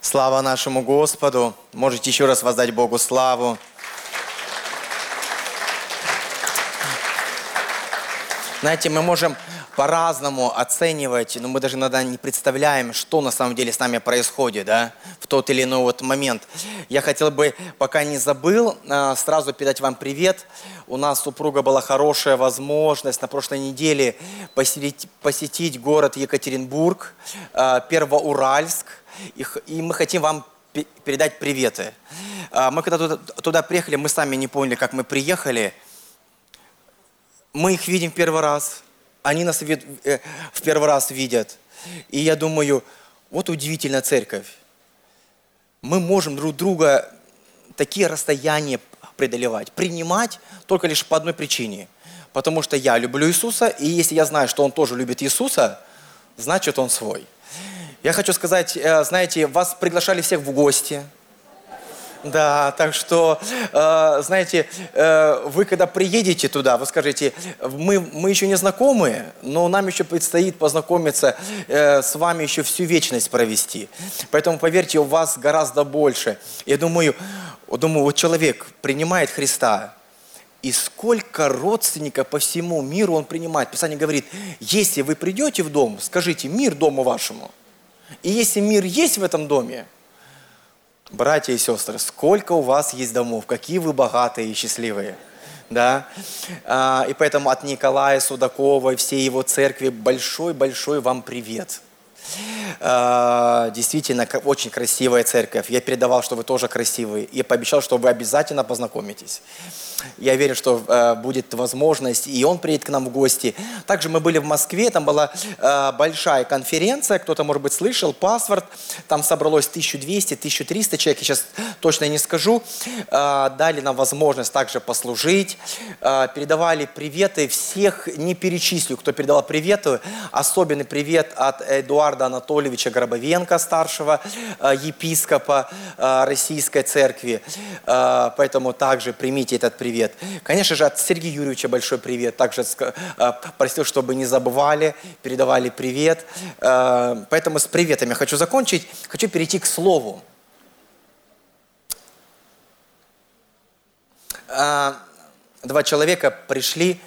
Слава нашему Господу. Можете еще раз воздать Богу славу. Знаете, мы можем по-разному оценивать, но мы даже иногда не представляем, что на самом деле с нами происходит, да, в тот или иной вот момент. Я хотел бы, пока не забыл, сразу передать вам привет. У нас с супругой была хорошая возможность на прошлой неделе посетить город Екатеринбург, Первоуральск, и мы хотим вам передать приветы. Мы когда туда приехали, мы сами не поняли, как мы приехали. Мы их видим в первый раз, они нас в первый раз видят. И я думаю, вот удивительная церковь. Мы можем друг друга такие расстояния преодолевать, принимать только лишь по одной причине. Потому что я люблю Иисуса, и если я знаю, что Он тоже любит Иисуса, значит Он свой. Я хочу сказать, знаете, вас приглашали всех в гости. Да, так что, знаете, вы когда приедете туда, вы скажете, мы еще не знакомы, но нам еще предстоит познакомиться, с вами еще всю вечность провести. Поэтому, поверьте, у вас гораздо больше. Я думаю, вот человек принимает Христа, и сколько родственников по всему миру он принимает. Писание говорит, если вы придете в дом, скажите, мир дому вашему. И если мир есть в этом доме, братья и сестры, сколько у вас есть домов, какие вы богатые и счастливые, да? И поэтому от Николая Судакова и всей его церкви большой-большой вам привет. Действительно, очень красивая церковь. Я передавал, что вы тоже красивые, и пообещал, что вы обязательно познакомитесь. Я верю, что будет возможность, и он приедет к нам в гости. Также мы были в Москве, там была большая конференция, кто-то, может быть, слышал, «Паспорт». Там собралось 1200-1300 человек, я сейчас точно не скажу. Дали нам возможность также послужить, передавали приветы, всех не перечислю, кто передавал приветы. Особенный привет от Эдуарда Анатольевича Гробовенко, старшего епископа Российской Церкви. Поэтому также примите этот привет. Конечно же, от Сергея Юрьевича большой привет. Также просил, чтобы не забывали, передавали привет. Поэтому с приветами хочу закончить. Хочу перейти к слову. Два человека пришли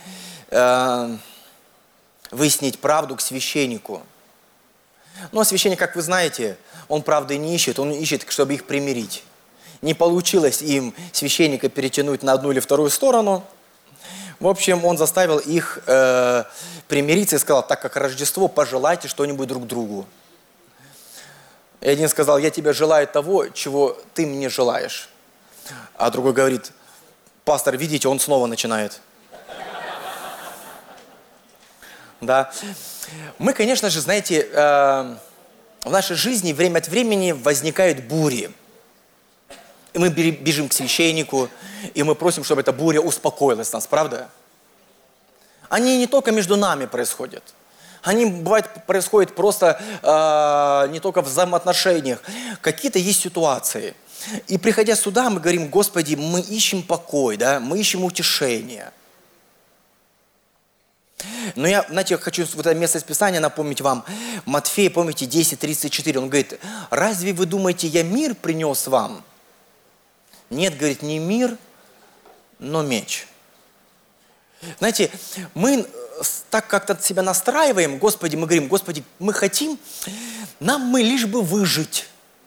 выяснить правду к священнику. Но священник, как вы знаете, он правды не ищет, он ищет, чтобы их примирить. Не получилось им священника перетянуть на одну или вторую сторону. В общем, он заставил их примириться и сказал, так как Рождество, пожелайте что-нибудь друг другу. И один сказал, я тебе желаю того, чего ты мне желаешь. А другой говорит, пастор, видите, он снова начинает. Да. Мы, конечно же, знаете, в нашей жизни время от времени возникают бури. И мы бежим к священнику, и мы просим, чтобы эта буря успокоилась нас, правда? Они не только между нами происходят. Они, бывает, происходят просто не только в взаимоотношениях. Какие-то есть ситуации. И приходя сюда, мы говорим, Господи, мы ищем покой, да? Мы ищем утешение. Но я, знаете, хочу вот это место из Писания напомнить вам. Матфея, помните, 10:34, он говорит, разве вы думаете, я мир принес вам? Нет, говорит, не мир, но меч. Знаете, мы так как-то себя настраиваем, Господи, мы говорим, Господи, мы хотим, мы лишь бы выжить.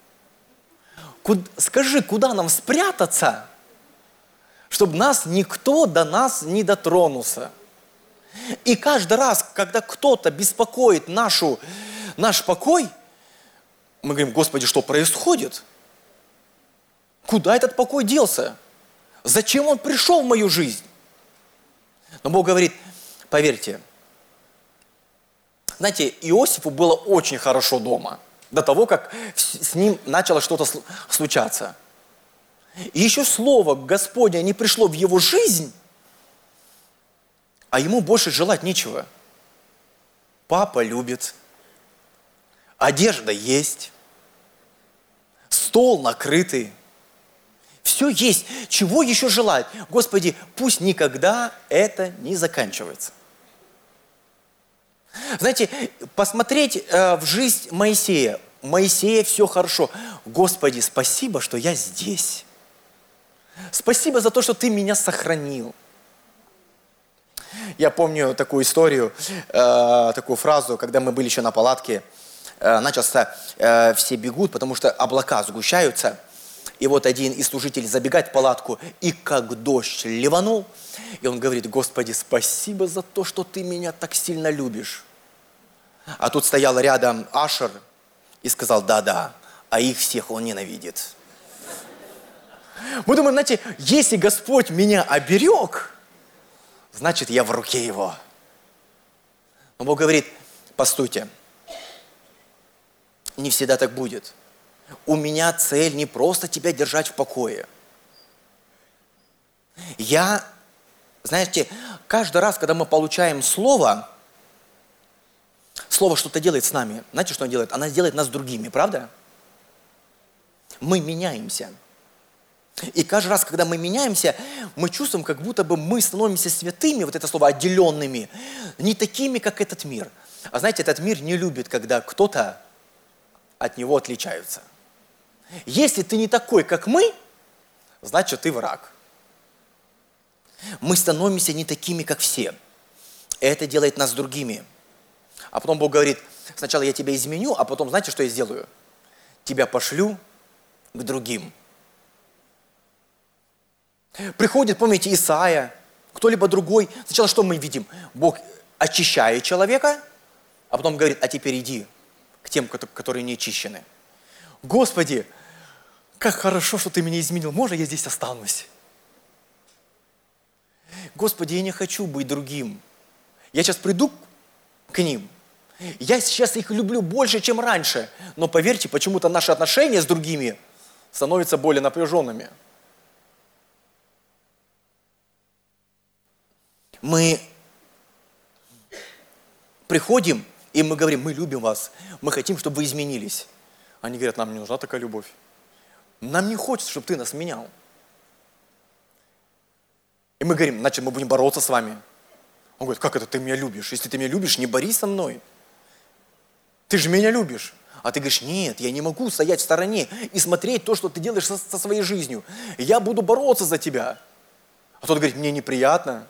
Скажи, куда нам спрятаться, чтобы никто до нас не дотронулся. И каждый раз, когда кто-то беспокоит наш покой, мы говорим, Господи, что происходит? Куда этот покой делся? Зачем он пришел в мою жизнь? Но Бог говорит, поверьте, знаете, Иосифу было очень хорошо дома, до того, как с ним начало что-то случаться. И еще слово Господне не пришло в его жизнь, а ему больше желать нечего. Папа любит, одежда есть, стол накрытый, все есть. Чего еще желать? Господи, пусть никогда это не заканчивается. Знаете, посмотреть в жизнь Моисея. Моисея все хорошо. Господи, спасибо, что я здесь. Спасибо за то, что Ты меня сохранил. Я помню такую историю, такую фразу, когда мы были еще на палатке. Начался, все бегут, потому что облака сгущаются. И вот один из служителей забегает в палатку, и как дождь ливанул. И он говорит: Господи, спасибо за то, что Ты меня так сильно любишь. А тут стоял рядом Ашер и сказал: да-да, а их всех он ненавидит. Мы думаем, знаете, если Господь меня оберег, значит, я в руке Его. Но Бог говорит: постойте, не всегда так будет. У меня цель не просто тебя держать в покое. Знаете, каждый раз, когда мы получаем слово что-то делает с нами. Знаете, что оно делает? Оно делает нас другими, правда? Мы меняемся. И каждый раз, когда мы меняемся, мы чувствуем, как будто бы мы становимся святыми, вот это слово, отделенными, не такими, как этот мир. А знаете, этот мир не любит, когда кто-то от него отличается. Если ты не такой, как мы, значит, ты враг. Мы становимся не такими, как все. Это делает нас другими. А потом Бог говорит: сначала я тебя изменю, а потом, знаете, что я сделаю? Тебя пошлю к другим. Приходит, помните, Исаия, кто-либо другой. Сначала что мы видим? Бог очищает человека, а потом говорит: а теперь иди к тем, которые не очищены. Господи, как хорошо, что Ты меня изменил. Можно я здесь останусь? Господи, я не хочу быть другим. Я сейчас приду к ним. Я сейчас их люблю больше, чем раньше. Но поверьте, почему-то наши отношения с другими становятся более напряженными. Мы приходим, и мы говорим: мы любим вас, мы хотим, чтобы вы изменились. Они говорят: нам не нужна такая любовь. Нам не хочется, чтобы ты нас менял. И мы говорим: значит, мы будем бороться с вами. Он говорит: как это ты меня любишь? Если ты меня любишь, не борись со мной. Ты же меня любишь. А ты говоришь: нет, я не могу стоять в стороне и смотреть то, что ты делаешь со своей жизнью. Я буду бороться за тебя. А тот говорит: мне неприятно.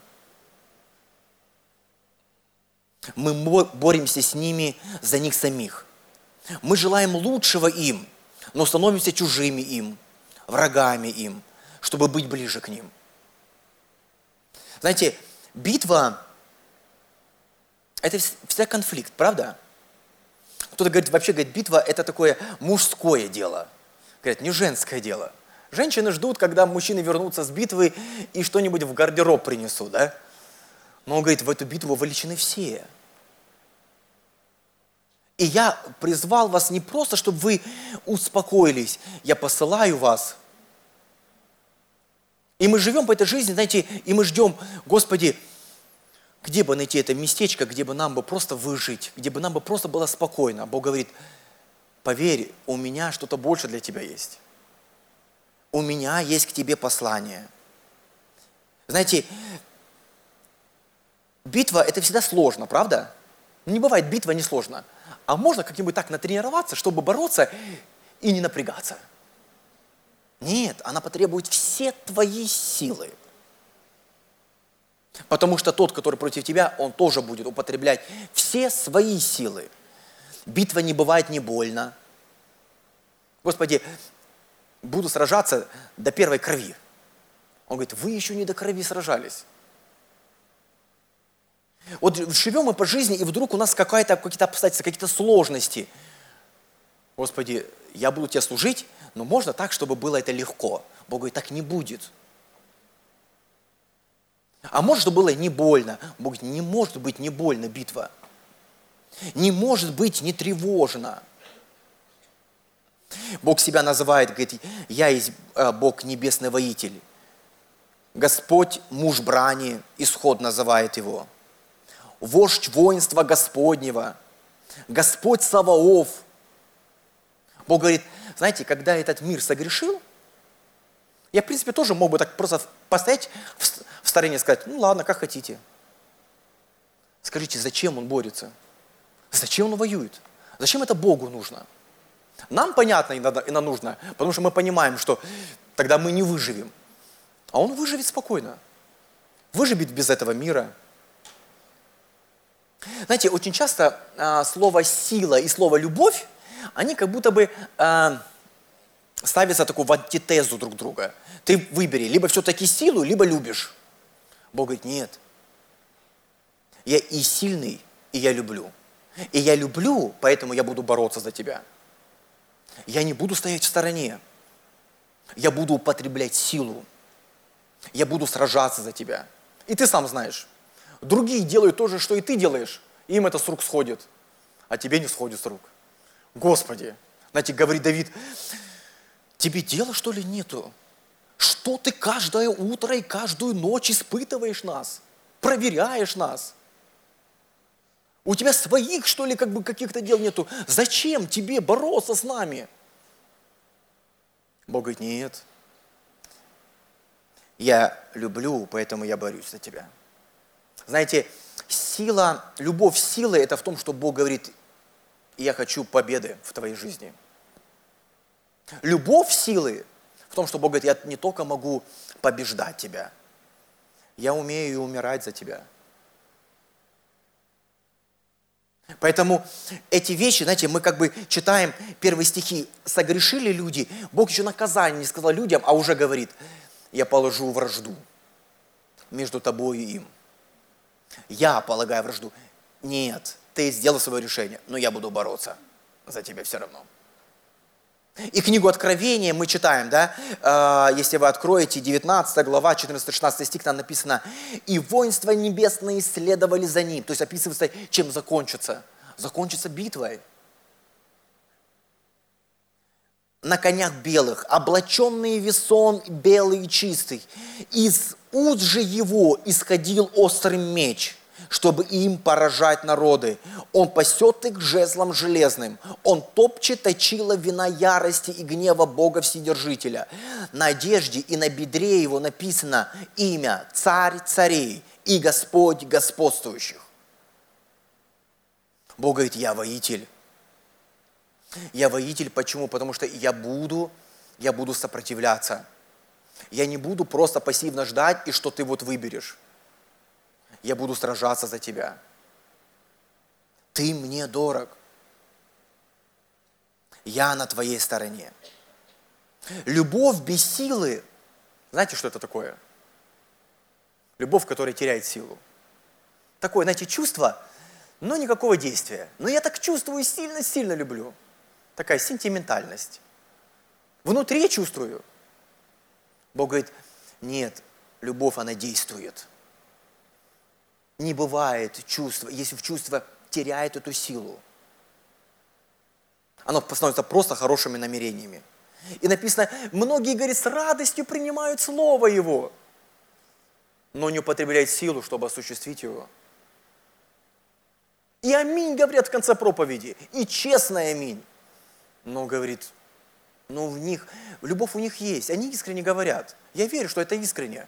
Мы боремся с ними за них самих. Мы желаем лучшего им, но становимся чужими им, врагами им, чтобы быть ближе к ним. Знаете, битва – это всегда конфликт, правда? Кто-то говорит, вообще, битва – это такое мужское дело. Говорят, не женское дело. Женщины ждут, когда мужчины вернутся с битвы и что-нибудь в гардероб принесут, да? Но он говорит, в эту битву вовлечены все. И я призвал вас не просто, чтобы вы успокоились. Я посылаю вас. И мы живем по этой жизни, знаете, и мы ждем: Господи, где бы найти это местечко, где бы нам бы просто выжить, где бы нам бы просто было спокойно. Бог говорит: поверь, у меня что-то больше для тебя есть. У меня есть к тебе послание. Знаете, битва – это всегда сложно, правда? Не бывает битва не сложно. А можно как-нибудь так натренироваться, чтобы бороться и не напрягаться? Нет, она потребует все твои силы. Потому что тот, который против тебя, он тоже будет употреблять все свои силы. Битва не бывает не больно. Господи, буду сражаться до первой крови. Он говорит, вы еще не до крови сражались. Вот живем мы по жизни, и вдруг у нас какие-то обстоятельства, какие-то сложности. Господи, я буду тебе служить, но можно так, чтобы было это легко. Бог говорит, так не будет. А может, чтобы было не больно. Бог говорит, не может быть не больно битва. Не может быть не тревожно. Бог себя называет, говорит, я есть Бог небесный воитель. Господь, муж брани, исход называет его. Вождь воинства Господнего, Господь Саваоф. Бог говорит, знаете, когда этот мир согрешил, я, в принципе, тоже мог бы так просто постоять в стороне и сказать, ну ладно, как хотите. Скажите, зачем он борется? Зачем он воюет? Зачем это Богу нужно? Нам понятно и нужно, потому что мы понимаем, что тогда мы не выживем. А Он выживет спокойно. Выживет без этого мира. Знаете, очень часто слово «сила» и слово «любовь», они как будто бы ставятся такую в антитезу друг друга. Ты выбери, либо все-таки силу, либо любишь. Бог говорит, нет. Я и сильный, и я люблю. И я люблю, поэтому я буду бороться за тебя. Я не буду стоять в стороне. Я буду употреблять силу. Я буду сражаться за тебя. И ты сам знаешь. Другие делают то же, что и ты делаешь. И им это с рук сходит. А тебе не сходит с рук. Господи. Знаете, говорит Давид, тебе дела, что ли, нету? Что ты каждое утро и каждую ночь испытываешь нас? Проверяешь нас? У тебя своих, что ли, каких-то дел нету? Зачем тебе бороться с нами? Бог говорит, нет. Я люблю, поэтому я борюсь за тебя. Знаете, сила, любовь силы – это в том, что Бог говорит, я хочу победы в твоей жизни. Любовь силы в том, что Бог говорит, я не только могу побеждать тебя, я умею и умирать за тебя. Поэтому эти вещи, знаете, мы читаем первые стихи, согрешили люди, Бог еще наказание не сказал людям, а уже говорит, я положу вражду между тобой и им. Я полагаю вражду. Нет, ты сделал свое решение, но я буду бороться за тебя все равно. И книгу Откровения мы читаем, да, если вы откроете, 19 глава, 14-16 стих, там написано, «И воинства небесные следовали за ним». То есть описывается, чем закончится. Закончится битвой. На конях белых, облаченные весон белый и чистый. Из уст же его исходил острый меч, чтобы им поражать народы. Он пасет их жезлом железным. Он топчет точила вина ярости и гнева Бога Вседержителя. На одежде и на бедре его написано имя Царь царей и Господь господствующих. Бог говорит, я воитель. Я воитель, почему? Потому что я буду сопротивляться. Я не буду просто пассивно ждать, и что ты вот выберешь. Я буду сражаться за тебя. Ты мне дорог. Я на твоей стороне. Любовь без силы, знаете, что это такое? Любовь, которая теряет силу. Такое, знаете, чувство, но никакого действия. Но я так чувствую, сильно-сильно люблю. Такая сентиментальность. Внутри я чувствую. Бог говорит, нет, любовь, она действует. Не бывает чувства, если в чувство теряет эту силу. Оно становится просто хорошими намерениями. И написано, многие, говорит, с радостью принимают Слово Его, но не употребляют силу, чтобы осуществить Его. И аминь говорят в конце проповеди, и честное аминь. Но, говорит, в них, любовь у них есть, они искренне говорят. Я верю, что это искренне.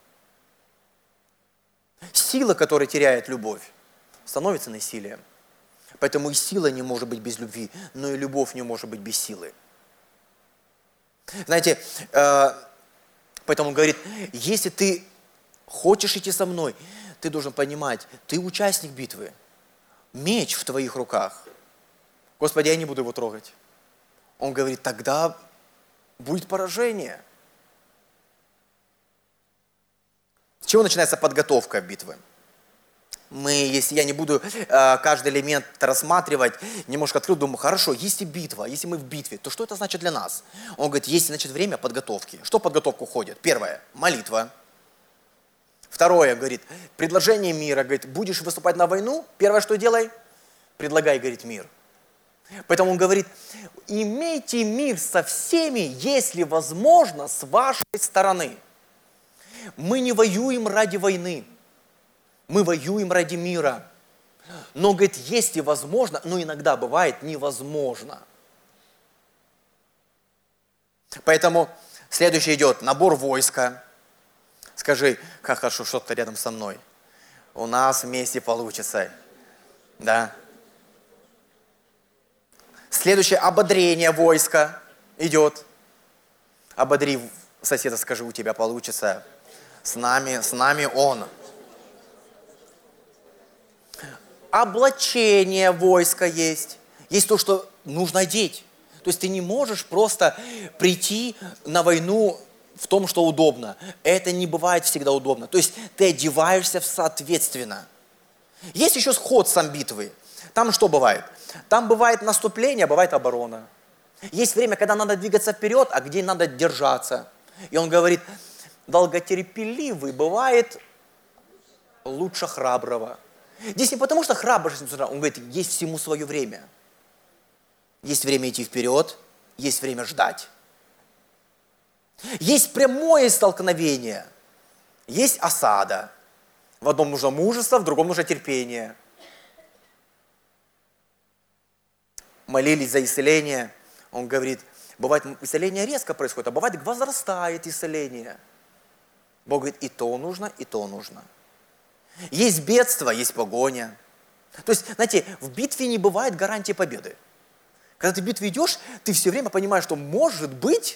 Сила, которая теряет любовь, становится насилием. Поэтому и сила не может быть без любви, но и любовь не может быть без силы. Знаете, поэтому он говорит, если ты хочешь идти со мной, ты должен понимать, ты участник битвы. Меч в твоих руках. Господи, я не буду его трогать. Он говорит, тогда будет поражение. С чего начинается подготовка битвы? Если я не буду каждый элемент рассматривать, немножко открыл, думаю, хорошо, если битва, если мы в битве, то что это значит для нас? Он говорит, есть, значит, время подготовки. Что в подготовку входит? Первое, молитва. Второе, говорит, предложение мира. Говорит, будешь выступать на войну, первое, что делай, предлагай, говорит, мир. Поэтому он говорит, имейте мир со всеми, если возможно, с вашей стороны. Мы не воюем ради войны, мы воюем ради мира. Но, говорит, если возможно, но иногда бывает невозможно. Поэтому следующий идет набор войска. Скажи, как хорошо, что ты рядом со мной. У нас вместе получится. Да? Следующее, ободрение войска идет. Ободри соседа, скажи, у тебя получится. С нами он. Облачение войска есть. Есть то, что нужно одеть. То есть ты не можешь просто прийти на войну в том, что удобно. Это не бывает всегда удобно. То есть ты одеваешься соответственно. Есть еще ход сам битвы. Там что бывает? Там бывает наступление, бывает оборона. Есть время, когда надо двигаться вперед, а где надо держаться. И он говорит, долготерпеливый бывает лучше храброго. Здесь не потому, что храбрость, он говорит, есть всему свое время. Есть время идти вперед, есть время ждать. Есть прямое столкновение, есть осада. В одном нужно мужество, в другом нужно терпение. Молились за исцеление. Он говорит, бывает исцеление резко происходит, а бывает возрастает исцеление. Бог говорит, и то нужно, и то нужно. Есть бедство, есть погоня. То есть, знаете, в битве не бывает гарантии победы. Когда ты в битве идешь, ты все время понимаешь, что может быть,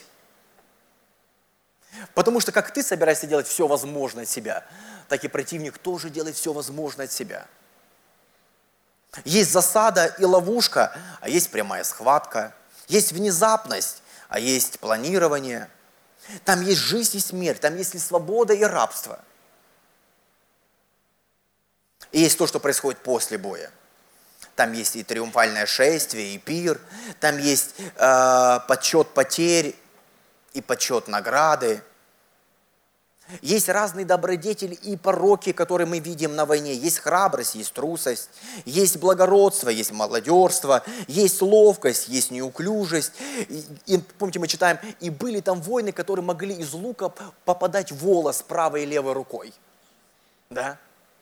потому что как ты собираешься делать все возможное от себя, так и противник тоже делает все возможное от себя. Есть засада и ловушка, а есть прямая схватка. Есть внезапность, а есть планирование. Там есть жизнь и смерть, там есть и свобода, и рабство. И есть то, что происходит после боя. Там есть и триумфальное шествие, и пир. Там есть подсчет потерь и подсчет награды. Есть разные добродетели и пороки, которые мы видим на войне. Есть храбрость, есть трусость, есть благородство, есть молодерство, есть ловкость, есть неуклюжесть. И помните, мы читаем, и были там воины, которые могли из лука попадать в волос правой и левой рукой. Да?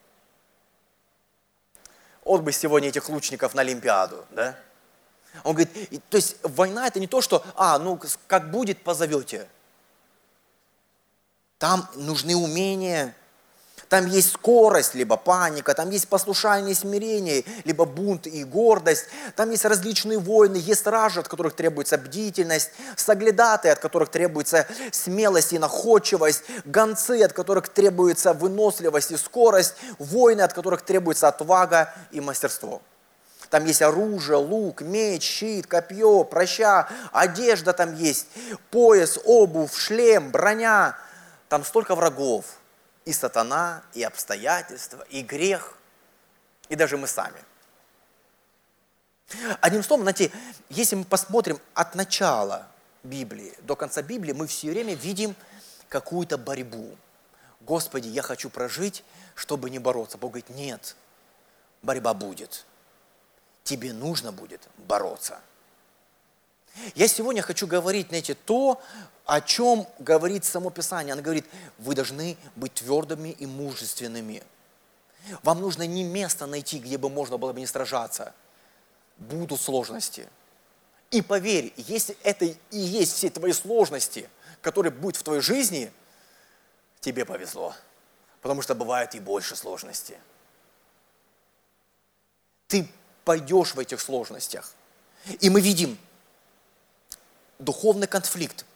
Вот бы сегодня этих лучников на Олимпиаду, да? Он говорит, то есть война это не то, что, как будет, позовете. Там нужны умения, там есть скорость, либо паника, там есть послушание и смирение, либо бунт и гордость, там есть различные войны, есть стражи, от которых требуется бдительность, соглядатые, от которых требуется смелость и находчивость, гонцы, от которых требуется выносливость и скорость, воины, от которых требуется отвага и мастерство. Там есть оружие, лук, меч, щит, копье, проща, одежда там есть, пояс, обувь, шлем, броня. Там столько врагов, и сатана, и обстоятельства, и грех, и даже мы сами. Одним словом, знаете, если мы посмотрим от начала Библии до конца Библии, мы все время видим какую-то борьбу. Господи, я хочу прожить, чтобы не бороться. Бог говорит, нет, борьба будет. Тебе нужно будет бороться. Я сегодня хочу говорить, знаете, то, о чем говорит само Писание. Оно говорит, вы должны быть твердыми и мужественными. Вам нужно не место найти, где бы можно было бы не сражаться. Будут сложности. И поверь, если это и есть все твои сложности, которые будут в твоей жизни, тебе повезло. Потому что бывает и больше сложностей. Ты пойдешь в этих сложностях. И мы видим духовный конфликт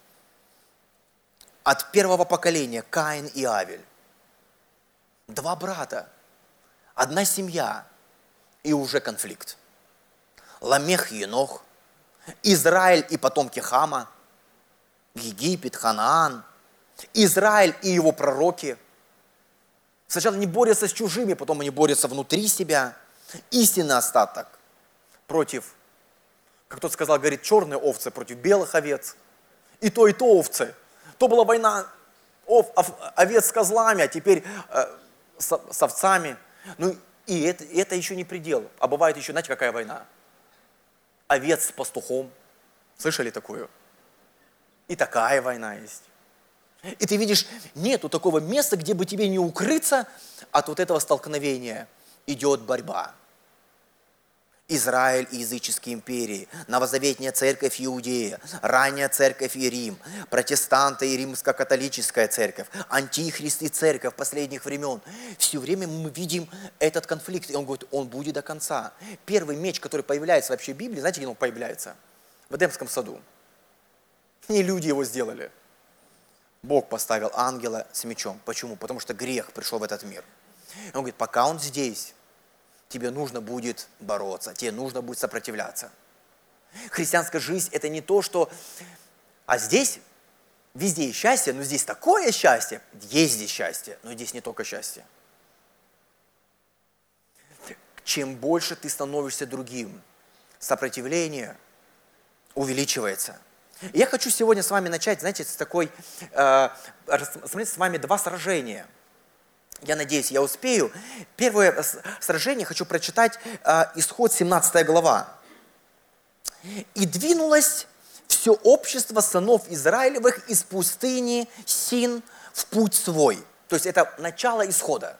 от первого поколения, Каин и Авель. Два брата, одна семья, и уже конфликт. Ламех и Енох, Израиль и потомки Хама, Египет, Ханаан, Израиль и его пророки. Сначала они борются с чужими, потом они борются внутри себя. Истинный остаток против, как кто-то сказал, говорит, черные овцы против белых овец. И то овцы. То была война овец с козлами, а теперь с овцами. Ну и это еще не предел. А бывает еще, знаете, какая война? Овец с пастухом. Слышали такую? И такая война есть. И ты видишь, нету такого места, где бы тебе не укрыться от вот этого столкновения. Идет борьба. Израиль и языческие империи, Новозаветная церковь Иудея, ранняя церковь и Рим, протестанты и римско-католическая церковь, антихрист и церковь последних времен. Все время мы видим этот конфликт, и он говорит, он будет до конца. Первый меч, который появляется вообще в Библии, знаете, где он появляется? В Эдемском саду. Не люди его сделали. Бог поставил ангела с мечом. Почему? Потому что грех пришел в этот мир. И он говорит, пока он здесь, тебе нужно будет бороться, тебе нужно будет сопротивляться. Христианская жизнь – это не то, что… А здесь везде есть счастье, но здесь такое счастье. Есть здесь счастье, но здесь не только счастье. Чем больше ты становишься другим, сопротивление увеличивается. И я хочу сегодня с вами начать, знаете, с такой… смотреть с вами два сражения. Я надеюсь, я успею. Первое сражение хочу прочитать, Исход 17 глава. «И двинулось все общество сынов Израилевых из пустыни Син в путь свой». То есть это начало исхода.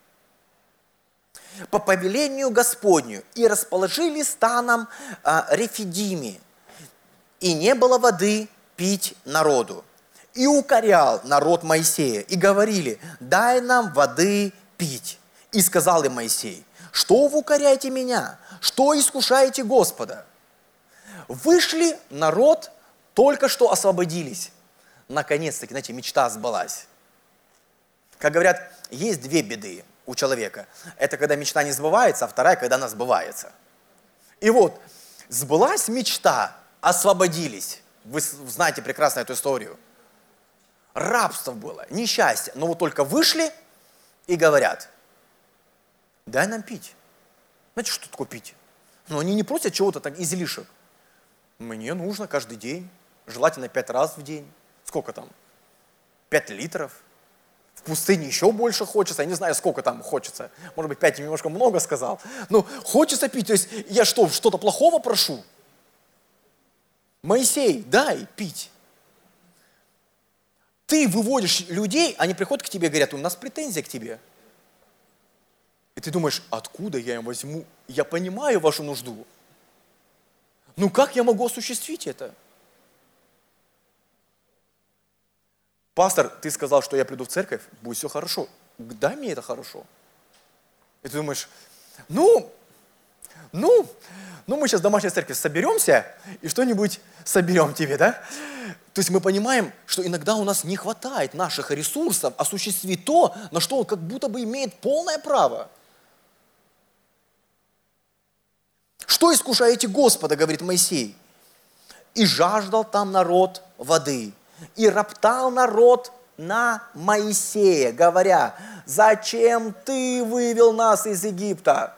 «По повелению Господню, и расположили станом Рефидиме, и не было воды пить народу. И укорял народ Моисея, и говорили, дай нам воды пить. И сказал им Моисей, что вы укоряете меня, что искушаете Господа? Вышли народ, только что освободились. Наконец-таки, знаете, мечта сбылась. Как говорят, есть две беды у человека. Это когда мечта не сбывается, а вторая, когда она сбывается. И вот, сбылась мечта, освободились. Вы знаете прекрасно эту историю. Рабство было, несчастье. Но вот только вышли и говорят, дай нам пить. Знаете, что такое пить? Но они не просят чего-то так излишек. Мне нужно каждый день, желательно 5 раз в день. Сколько там? 5 литров. В пустыне еще больше хочется. Я не знаю, сколько там хочется. Может быть, 5 немножко много сказал. Но хочется пить. То есть я что, что-то плохого прошу? Моисей, дай пить. Ты выводишь людей, они приходят к тебе и говорят, у нас претензия к тебе. И ты думаешь, откуда я им возьму? Я понимаю вашу нужду. Ну как я могу осуществить это? Пастор, ты сказал, что я приду в церковь, будет все хорошо. Дай мне это хорошо. И ты думаешь, ну, мы сейчас в домашней церкви соберемся и что-нибудь соберем тебе, да? То есть мы понимаем, что иногда у нас не хватает наших ресурсов осуществить то, на что он как будто бы имеет полное право. Что искушаете Господа, говорит Моисей? И жаждал там народ воды, и роптал народ на Моисея, говоря, зачем ты вывел нас из Египта?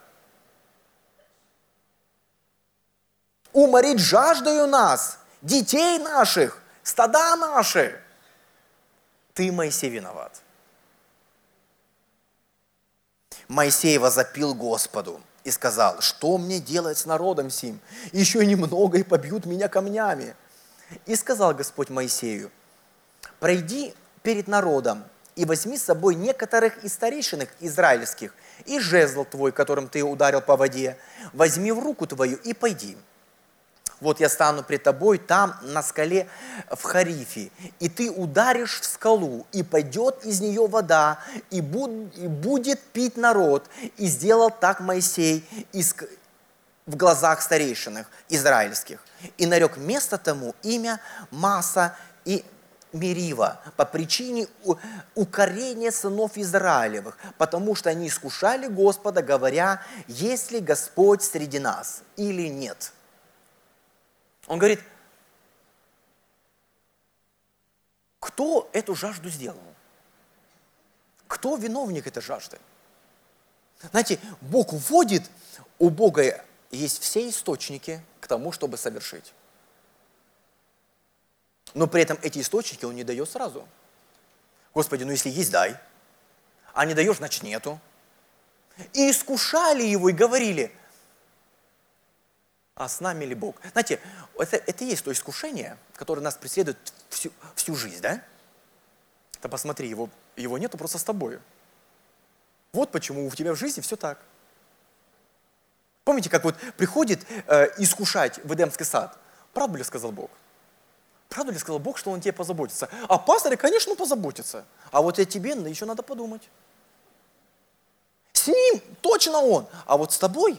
Уморить жаждою нас, детей наших, стада наши. Ты, Моисей, виноват. Моисей возопил Господу и сказал, что мне делать с народом сим? Еще немного и побьют меня камнями. И сказал Господь Моисею, пройди перед народом и возьми с собой некоторых из старейшин израильских, и жезл твой, которым ты ударил по воде, возьми в руку твою и пойди. Вот я стану пред тобой там, на скале в Харифе, и ты ударишь в скалу, и пойдет из нее вода, и будет пить народ. И сделал так Моисей в глазах старейшин израильских. И нарек место тому имя Маса и Мерива по причине укорения сынов Израилевых, потому что они искушали Господа, говоря, есть ли Господь среди нас или нет. Он говорит, кто эту жажду сделал? Кто виновник этой жажды? Знаете, Бог вводит, у Бога есть все источники к тому, чтобы совершить. Но при этом эти источники Он не дает сразу. Господи, ну если есть, дай. А не даешь, значит нету. И искушали Его и говорили, а с нами ли Бог? Знаете, это и есть то искушение, которое нас преследует всю жизнь, да? Да посмотри, его нету просто с тобой. Вот почему у тебя в жизни все так. Помните, как вот приходит искушать в Эдемский сад? Правду ли сказал Бог? Правду ли сказал Бог, что Он тебе позаботится? А пастырь, конечно, позаботится. А вот о тебе еще надо подумать. С ним точно Он. А вот с тобой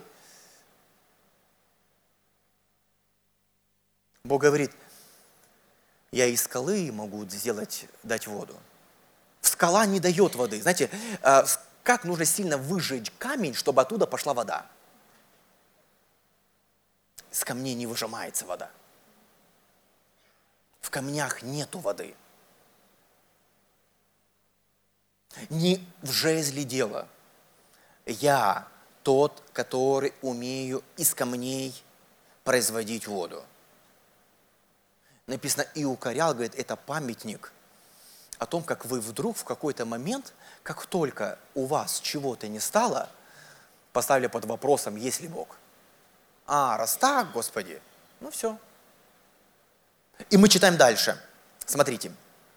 Бог говорит, я из скалы могу дать воду. Скала не дает воды. Знаете, как нужно сильно выжечь камень, чтобы оттуда пошла вода? С камней не выжимается вода. В камнях нету воды. Не в жезле дело. Я тот, который умею из камней производить воду. Написано, и укорял, говорит, это памятник о том, как вы вдруг в какой-то момент, как только у вас чего-то не стало, поставили под вопросом, есть ли Бог. А, раз так, Господи, ну все. И мы читаем дальше. Смотрите.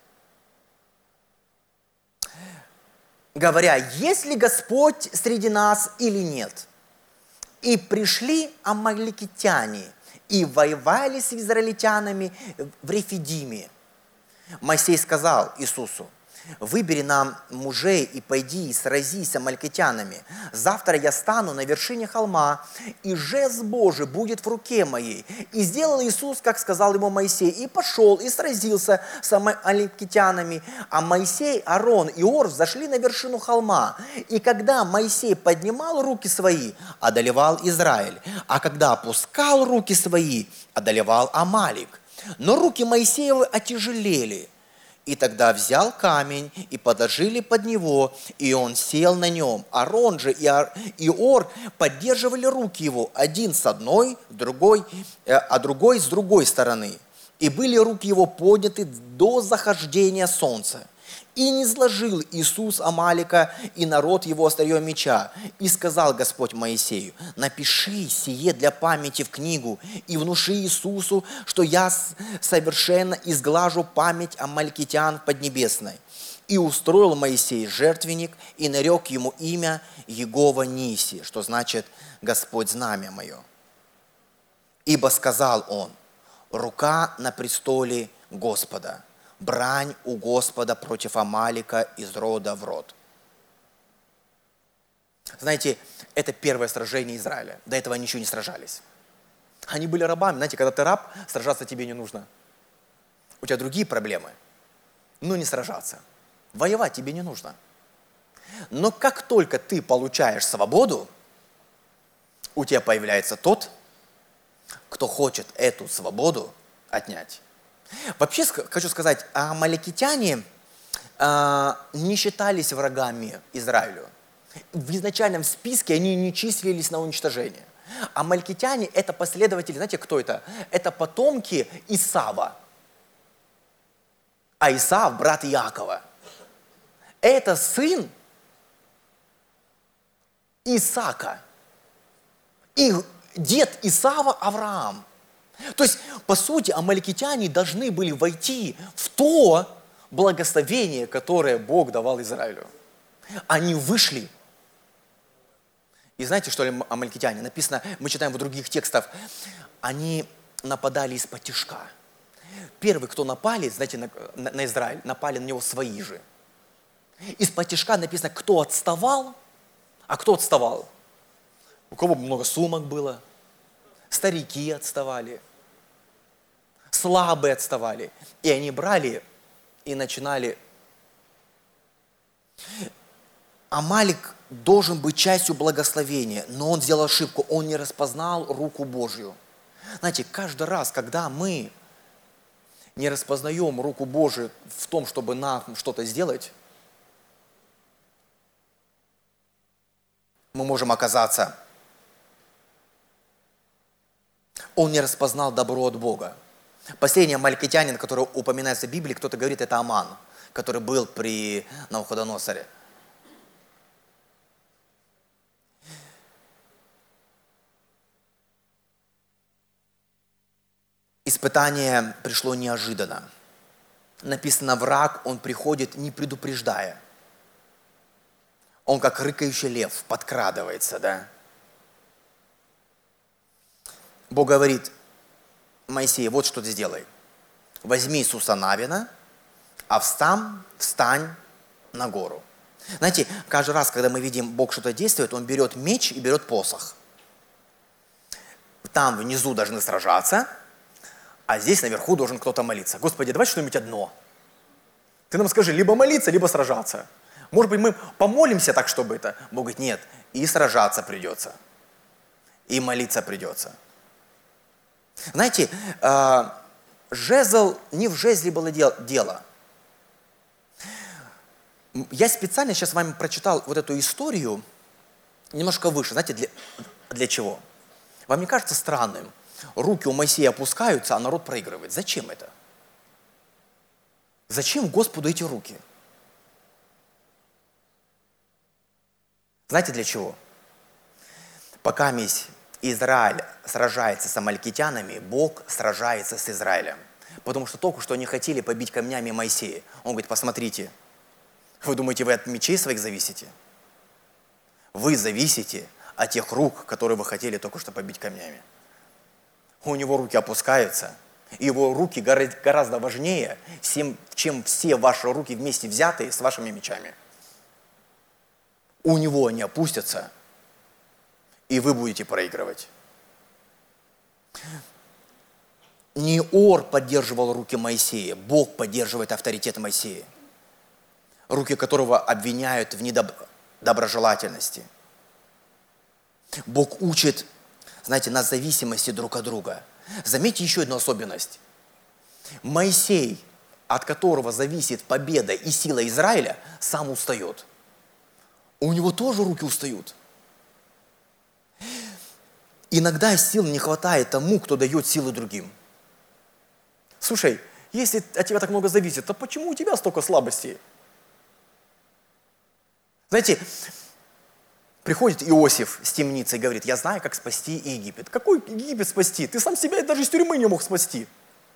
Говоря, есть ли Господь среди нас или нет? И пришли амаликитяне и воевали с израильтянами в Рефидиме. Моисей сказал Иисусу, выбери нам мужей и пойди и сразись с амаликитянами. Завтра я стану на вершине холма, и жезл Божий будет в руке моей. И сделал Иисус, как сказал ему Моисей, и пошел, и сразился с амаликитянами. А Моисей, Аарон и Ор взошли на вершину холма. И когда Моисей поднимал руки свои, одолевал Израиль. А когда опускал руки свои, одолевал Амалик. Но руки Моисеевы отяжелели. И тогда взял камень и подложили под него, и он сел на нем. Аарон же и Ор поддерживали руки его, один с одной, а другой с другой стороны. И были руки его подняты до захождения солнца. И не сложил Иисус Амалика и народ его острием меча. И сказал Господь Моисею, напиши сие для памяти в книгу и внуши Иисусу, что я совершенно изглажу память амаликитян поднебесной. И устроил Моисей жертвенник и нарек ему имя Егова Ниси, что значит Господь знамя мое. Ибо сказал он, рука на престоле Господа. Брань у Господа против Амалика из рода в род. Знаете, это первое сражение Израиля. До этого они еще не сражались. Они были рабами. Знаете, когда ты раб, сражаться тебе не нужно. У тебя другие проблемы. Но не сражаться. Воевать тебе не нужно. Но как только ты получаешь свободу, у тебя появляется тот, кто хочет эту свободу отнять. Вообще, хочу сказать, амаликитяне не считались врагами Израилю. В изначальном списке они не числились на уничтожение. Амаликитяне – это последователи, знаете, кто это? Это потомки Исава. А Исав – брат Иакова. Это сын Исаака. И дед Исава Авраам. То есть, по сути, амаликитяне должны были войти в то благословение, которое Бог давал Израилю. Они вышли. И знаете, что ли амаликитяне? Написано, мы читаем в других текстах, они нападали из-под тишка. Первый, кто напали, знаете, на Израиль, напали на него свои же. Из-под тишка написано, кто отставал, а кто отставал? У кого много сумок было, старики отставали, слабые отставали. И они брали и начинали. Амалик должен быть частью благословения, но он сделал ошибку, он не распознал руку Божью. Знаете, каждый раз, когда мы не распознаем руку Божию в том, чтобы нам что-то сделать, мы можем оказаться. Он не распознал добро от Бога. Последний амаликитянин, который упоминается в Библии, кто-то говорит, это Аман, который был при Навуходоносоре. Испытание пришло неожиданно. Написано, враг, он приходит не предупреждая. Он как рыкающий лев подкрадывается, да? Бог говорит: Моисей, вот что ты сделай. Возьми Иисуса Навина, а встань на гору. Знаете, каждый раз, когда мы видим, Бог что-то действует, Он берет меч и берет посох. Там внизу должны сражаться, а здесь наверху должен кто-то молиться. Господи, давай что-нибудь одно. Ты нам скажи, либо молиться, либо сражаться. Может быть, мы помолимся так, чтобы это... Бог говорит: нет, и сражаться придется, и молиться придется. Знаете, жезл, не в жезле было дело. Я специально сейчас вам прочитал вот эту историю немножко выше. Знаете, для чего? Вам не кажется странным? Руки у Моисея опускаются, а народ проигрывает. Зачем это? Зачем Господу эти руки? Знаете, для чего? Пока Израиль сражается с амалькитянами, Бог сражается с Израилем. Потому что только что они хотели побить камнями Моисея. Он говорит: посмотрите, вы думаете, вы от мечей своих зависите? Вы зависите от тех рук, которые вы хотели только что побить камнями. У него руки опускаются, и его руки гораздо важнее, чем все ваши руки вместе взятые с вашими мечами. У него они опустятся, и вы будете проигрывать. Не Ор поддерживал руки Моисея, Бог поддерживает авторитет Моисея, руки которого обвиняют в недоброжелательности. Бог учит, знаете, на зависимости друг от друга. Заметьте еще одну особенность. Моисей, от которого зависит победа и сила Израиля, сам устает. У него тоже руки устают. Иногда сил не хватает тому, кто дает силы другим. Слушай, если от тебя так много зависит, то почему у тебя столько слабостей? Знаете, приходит Иосиф с темницы и говорит: я знаю, как спасти Египет. Какой Египет спасти? Ты сам себя даже из тюрьмы не мог спасти.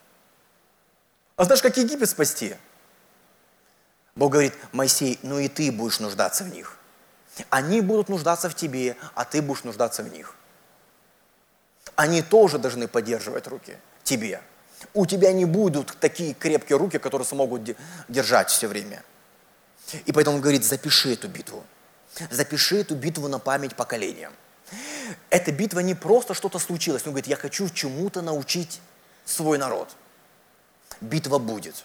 А знаешь, как Египет спасти? Бог говорит: Моисей, ну и ты будешь нуждаться в них. Они будут нуждаться в тебе, а ты будешь нуждаться в них. Они тоже должны поддерживать руки тебе. У тебя не будут такие крепкие руки, которые смогут держать все время. И поэтому он говорит: запиши эту битву. Запиши эту битву на память поколениям. Эта битва не просто что-то случилось. Он говорит: я хочу чему-то научить свой народ. Битва будет.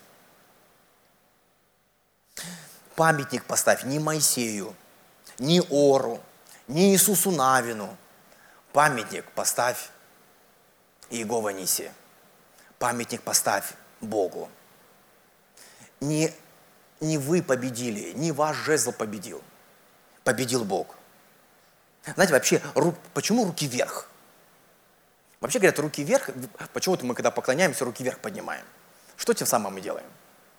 Памятник поставь не Моисею, не Ору, не Иисусу Навину. Памятник поставь Иегове Ниси. Памятник поставь Богу. Не вы победили, не ваш жезл победил. Победил Бог. Знаете, вообще, почему руки вверх? Вообще говорят, руки вверх, почему-то мы, когда поклоняемся, руки вверх поднимаем. Что тем самым мы делаем?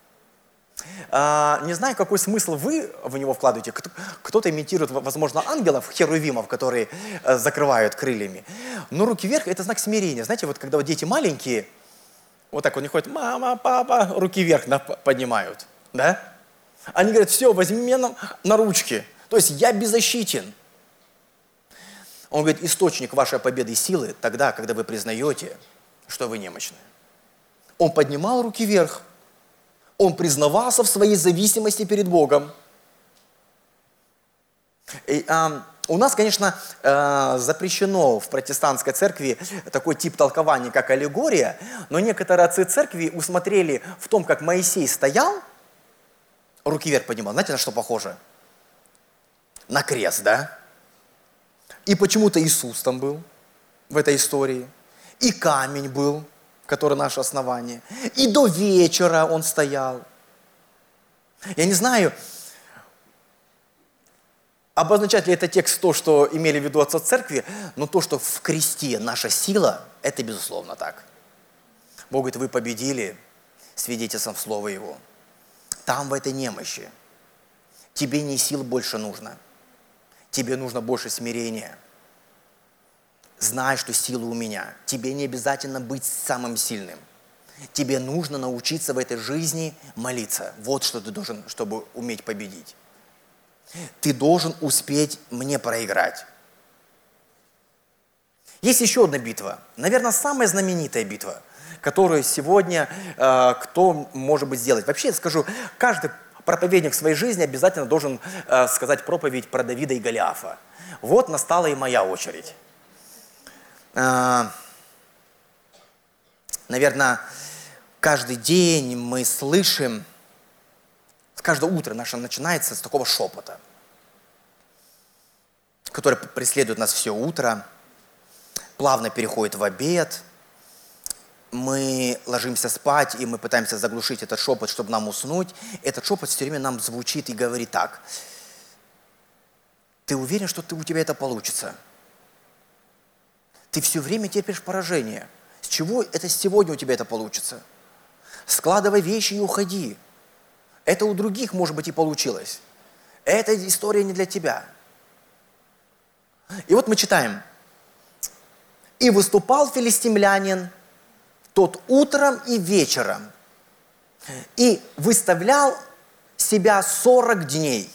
Не знаю, какой смысл вы в него вкладываете. Кто-то имитирует, возможно, ангелов, херувимов, которые закрывают крыльями. Но руки вверх – это знак смирения. Знаете, вот когда вот дети маленькие, вот так вот они ходят: мама, папа, руки вверх поднимают. Да? Они говорят: все, возьми меня на ручки. То есть я беззащитен. Он говорит: источник вашей победы и силы тогда, когда вы признаете, что вы немощны. Он поднимал руки вверх. Он признавался в своей зависимости перед Богом. И, у нас, конечно, запрещено в протестантской церкви такой тип толкования, как аллегория, но некоторые отцы церкви усмотрели в том, как Моисей стоял, руки вверх поднимал. Знаете, на что похоже? На крест, да? И почему-то Иисус там был в этой истории. И камень был, который наше основание. И до вечера он стоял. Я не знаю, обозначает ли это текст то, что имели в виду отцы церкви, но то, что в кресте наша сила, это безусловно так. Бог говорит: вы победили свидетельством слова Его. Там в этой немощи. Тебе не сил больше нужно. Тебе нужно больше смирения. Знай, что сила у меня. Тебе не обязательно быть самым сильным. Тебе нужно научиться в этой жизни молиться. Вот что ты должен, чтобы уметь победить. Ты должен успеть мне проиграть. Есть еще одна битва, наверное, самая знаменитая битва, которую сегодня кто может быть сделать. Вообще, я скажу, каждый проповедник в своей жизни обязательно должен сказать проповедь про Давида и Голиафа. Вот настала и моя очередь. Наверное, каждый день мы слышим, каждое утро наше начинается с такого шепота, который преследует нас все утро, плавно переходит в обед. Мы ложимся спать, и мы пытаемся заглушить этот шепот, чтобы нам уснуть. Этот шепот все время нам звучит и говорит так: ты уверен, что у тебя это получится? Ты все время терпишь поражение. С чего это сегодня у тебя это получится? Складывай вещи и уходи. Это у других, может быть, и получилось. Эта история не для тебя. И вот мы читаем. «И выступал филистимлянин тот утром и вечером, и выставлял себя 40 дней».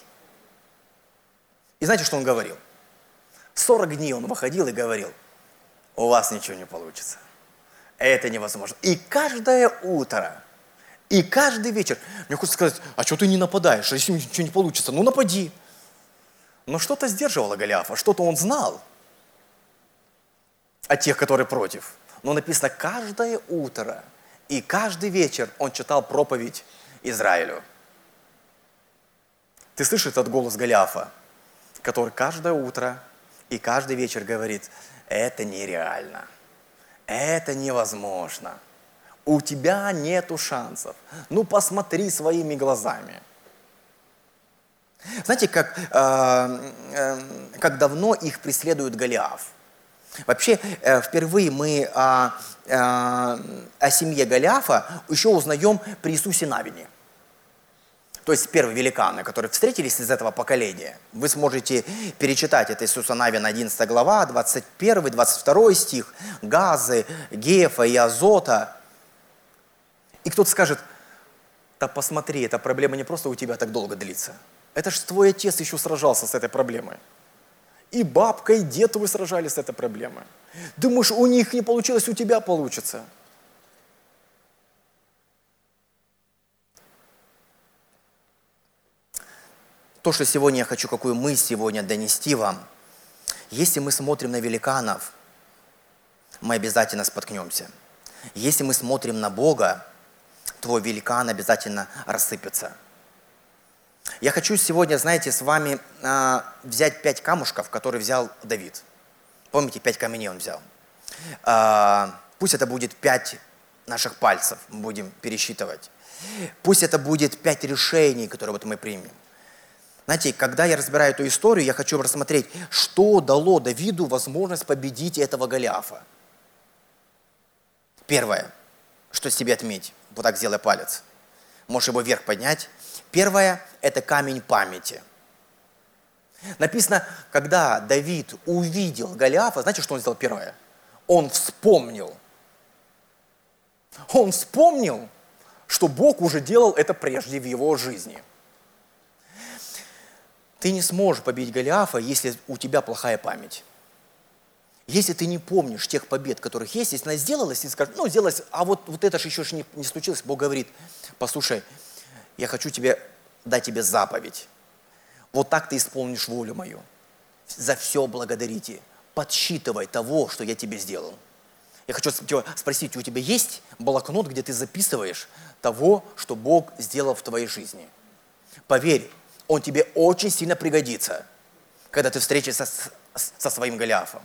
И знаете, что он говорил? 40 дней он выходил и говорил: у вас ничего не получится. Это невозможно. И каждое утро, и каждый вечер. Мне хочется сказать: а что ты не нападаешь, если ничего не получится? Ну напади. Но что-то сдерживало Голиафа, что-то он знал от тех, которые против. Но написано, каждое утро и каждый вечер он читал проповедь Израилю. Ты слышишь этот голос Голиафа, который каждое утро и каждый вечер говорит: это нереально, это невозможно, у тебя нету шансов, ну посмотри своими глазами. Знаете, как давно их преследует Голиаф? Вообще, впервые мы о семье Голиафа еще узнаем при Иисусе Навине. То есть первые великаны, которые встретились из этого поколения. Вы сможете перечитать это Иисуса Навина, 11 глава, 21-22 стих. Газы, Гефа и Азота. И кто-то скажет: да посмотри, эта проблема не просто у тебя так долго длится. Это ж твой отец еще сражался с этой проблемой. И бабка, и дед вы сражались с этой проблемой. Думаешь, у них не получилось, у тебя получится. То, что сегодня я хочу, какую мысль сегодня донести вам. Если мы смотрим на великанов, мы обязательно споткнемся. Если мы смотрим на Бога, твой великан обязательно рассыпется. Я хочу сегодня, знаете, с вами взять 5 камушков, которые взял Давид. Помните, 5 камней он взял. Пусть это будет 5 наших пальцев, мы будем пересчитывать. Пусть это будет 5 решений, которые вот мы примем. Знаете, когда я разбираю эту историю, я хочу рассмотреть, что дало Давиду возможность победить этого Голиафа. Первое, что себе отметь, вот так сделай палец. Можешь его вверх поднять. Первое – это камень памяти. Написано, когда Давид увидел Голиафа, знаете, что он сделал первое? Он вспомнил. Он вспомнил, что Бог уже делал это прежде в его жизни. Ты не сможешь победить Голиафа, если у тебя плохая память. Если ты не помнишь тех побед, которых есть, если она сделалась, и скажешь, ну, сделалась, а вот это же еще не случилось, Бог говорит: послушай, я хочу дать тебе заповедь. Вот так ты исполнишь волю мою. За все благодарите. Подсчитывай того, что я тебе сделал. Я хочу тебя спросить, у тебя есть блокнот, где ты записываешь того, что Бог сделал в твоей жизни? Поверь, он тебе очень сильно пригодится, когда ты встретишься со своим Голиафом.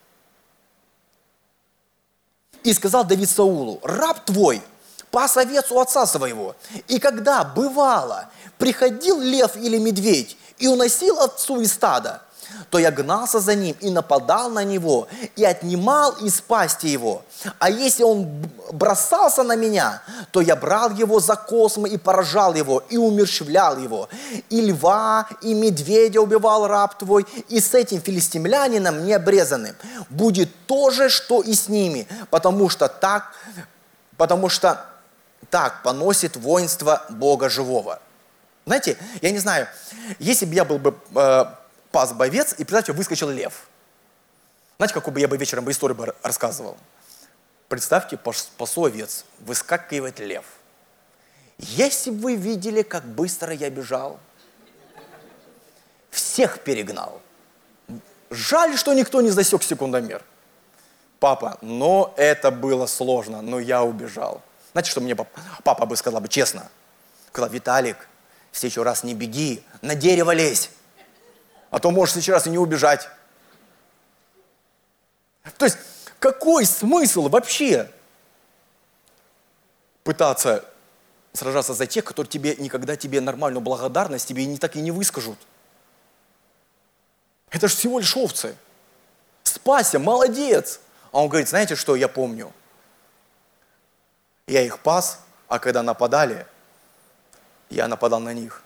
И сказал Давид Саулу: раб твой пас овец у отца своего, и когда, бывало, приходил лев или медведь и уносил овцу из стада, то я гнался за ним и нападал на него, и отнимал из пасти его. А если он бросался на меня, то я брал его за космы и поражал его, и умерщвлял его. И льва, и медведя убивал раб твой, и с этим филистимлянином необрезанным будет то же, что и с ними, потому что так поносит воинство Бога живого. Знаете, я не знаю, если бы я был бы пас бы овец, и, представьте, выскочил лев. Знаете, какую бы я бы вечером бы историю бы рассказывал? Представьте, пасу овец, выскакивает лев. Если бы вы видели, как быстро я бежал, всех перегнал. Жаль, что никто не засек секундомер. Папа, но это было сложно, но я убежал. Знаете, что мне папа бы сказал бы честно? Сказал: Виталик, в следующий раз не беги, на дерево лезь, а то можешь в следующий раз и не убежать. То есть, какой смысл вообще пытаться сражаться за тех, которые тебе никогда тебе нормальную благодарность тебе и так и не выскажут? Это же всего лишь овцы. Спасся, молодец. А он говорит: знаете что, я помню. Я их пас, а когда нападали, я нападал на них.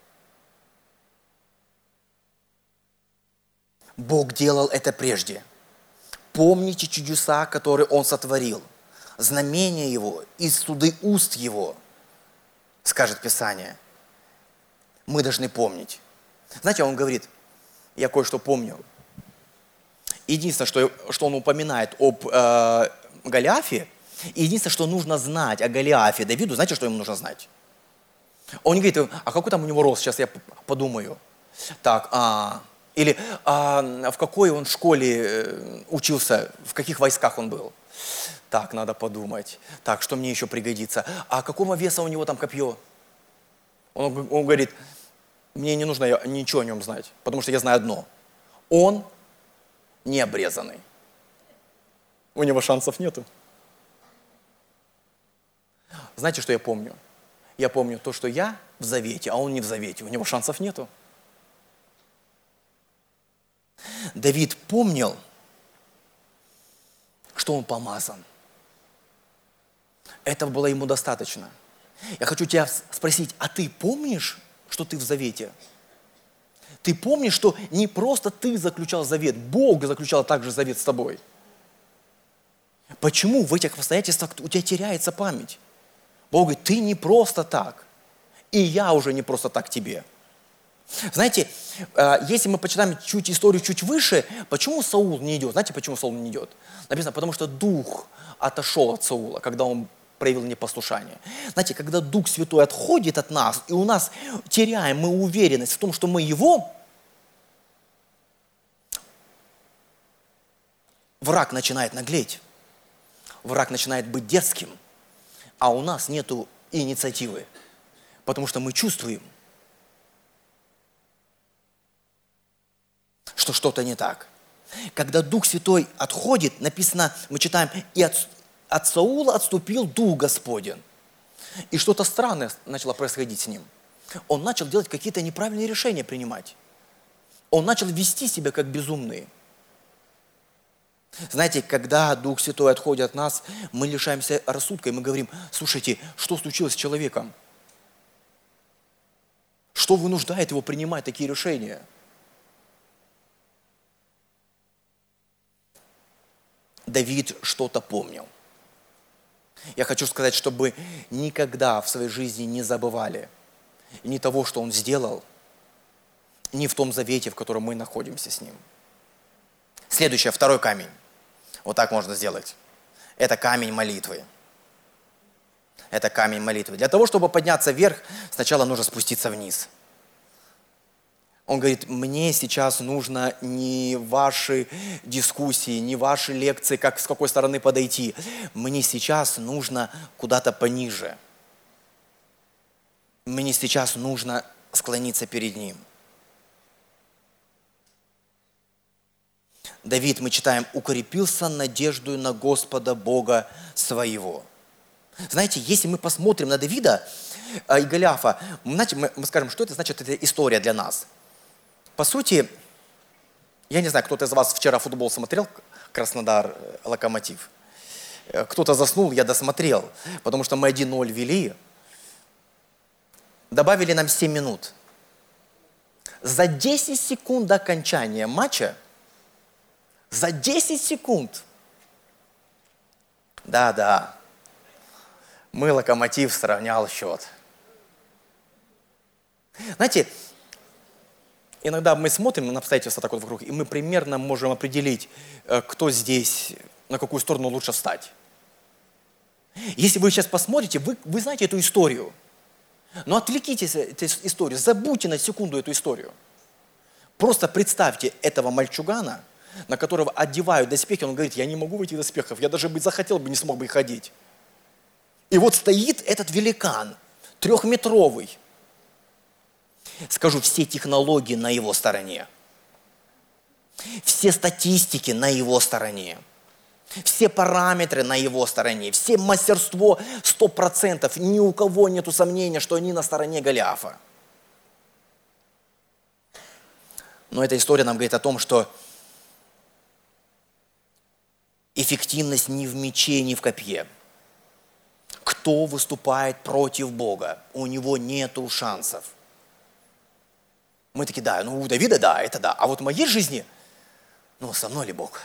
Бог делал это прежде. Помните чудеса, которые Он сотворил, знамения Его и суды уст Его, скажет Писание. Мы должны помнить. Знаете, Он говорит: я кое-что помню. Единственное, что Он упоминает об Голиафе, единственное, что нужно знать о Голиафе Давиду, знаете, что ему нужно знать? Он не говорит: а какой там у него рост, сейчас я подумаю. Так, или в какой он школе учился, в каких войсках он был. Так, надо подумать. Так, что мне еще пригодится? А какого веса у него там копье? Он говорит: мне не нужно ничего о нем знать, потому что я знаю одно. Он не обрезанный. У него шансов нету. Знаете, что я помню? Я помню то, что я в завете, а он не в завете. У него шансов нету. Давид помнил, что он помазан. Этого было ему достаточно. Я хочу тебя спросить: а ты помнишь, что ты в завете? Ты помнишь, что не просто ты заключал завет, Бог заключал также завет с тобой? Почему в этих обстоятельствах у тебя теряется память? Бог говорит: ты не просто так, и я уже не просто так тебе. Знаете, если мы почитаем историю чуть выше, почему Саул не идет? Знаете, почему Саул не идет? Написано: потому что дух отошел от Саула, когда он проявил непослушание. Знаете, когда Дух Святой отходит от нас, и у нас теряем мы уверенность в том, что мы Его, враг начинает наглеть, враг начинает быть дерзким, а у нас нету инициативы, потому что мы чувствуем, что что-то не так. Когда Дух Святой отходит, написано, мы читаем: и от Саула отступил Дух Господень. И что-то странное начало происходить с ним. Он начал делать какие-то неправильные решения принимать. Он начал вести себя как безумный. Знаете, когда Дух Святой отходит от нас, мы лишаемся рассудка, и мы говорим: слушайте, что случилось с человеком? Что вынуждает его принимать такие решения? Давид что-то помнил. Я хочу сказать, чтобы никогда в своей жизни не забывали ни того, что он сделал, ни в том завете, в котором мы находимся с ним. Следующее, второй камень. Вот так можно сделать. Это камень молитвы. Это камень молитвы. Для того, чтобы подняться вверх, сначала нужно спуститься вниз. Он говорит: мне сейчас нужно не ваши дискуссии, не ваши лекции, как с какой стороны подойти. Мне сейчас нужно куда-то пониже. Мне сейчас нужно склониться перед Ним. Давид, мы читаем: укрепился надеждою на Господа Бога своего. Знаете, если мы посмотрим на Давида и Голиафа, знаете, мы скажем, что это значит, эта история для нас. По сути, я не знаю, кто-то из вас вчера футбол смотрел, Краснодар, Локомотив. Кто-то заснул, я досмотрел, потому что мы 1-0 вели. Добавили нам 7 минут. За 10 секунд до окончания матча, за 10 секунд, да, Локомотив, 'Локомотив' 'сравнял счет'. сравнял счет. 'Локомотив' 'сравнял счет'. Да-да, мы Локомотив сравнял счет. Знаете, Иногда мы смотрим на обстоятельства так вот вокруг, и мы примерно можем определить, кто здесь, на какую сторону лучше встать. Если вы сейчас посмотрите, вы знаете эту историю. Но отвлекитесь от этой истории, забудьте на секунду эту историю. Просто представьте этого мальчугана, на которого одевают доспехи, он говорит, я не могу в этих доспехах, я даже бы захотел бы, не смог бы их ходить. И вот стоит этот великан, 3-метровый. Скажу, все технологии на его стороне. Все статистики на его стороне. Все параметры на его стороне. Все мастерство 100%. Ни у кого нету сомнения, что они на стороне Голиафа. Но эта история нам говорит о том, что эффективность не в мече, не в копье. Кто выступает против Бога, у него нету шансов. Мы такие, да, ну у Давида, да, это да. А вот в моей жизни, ну со мной ли Бог?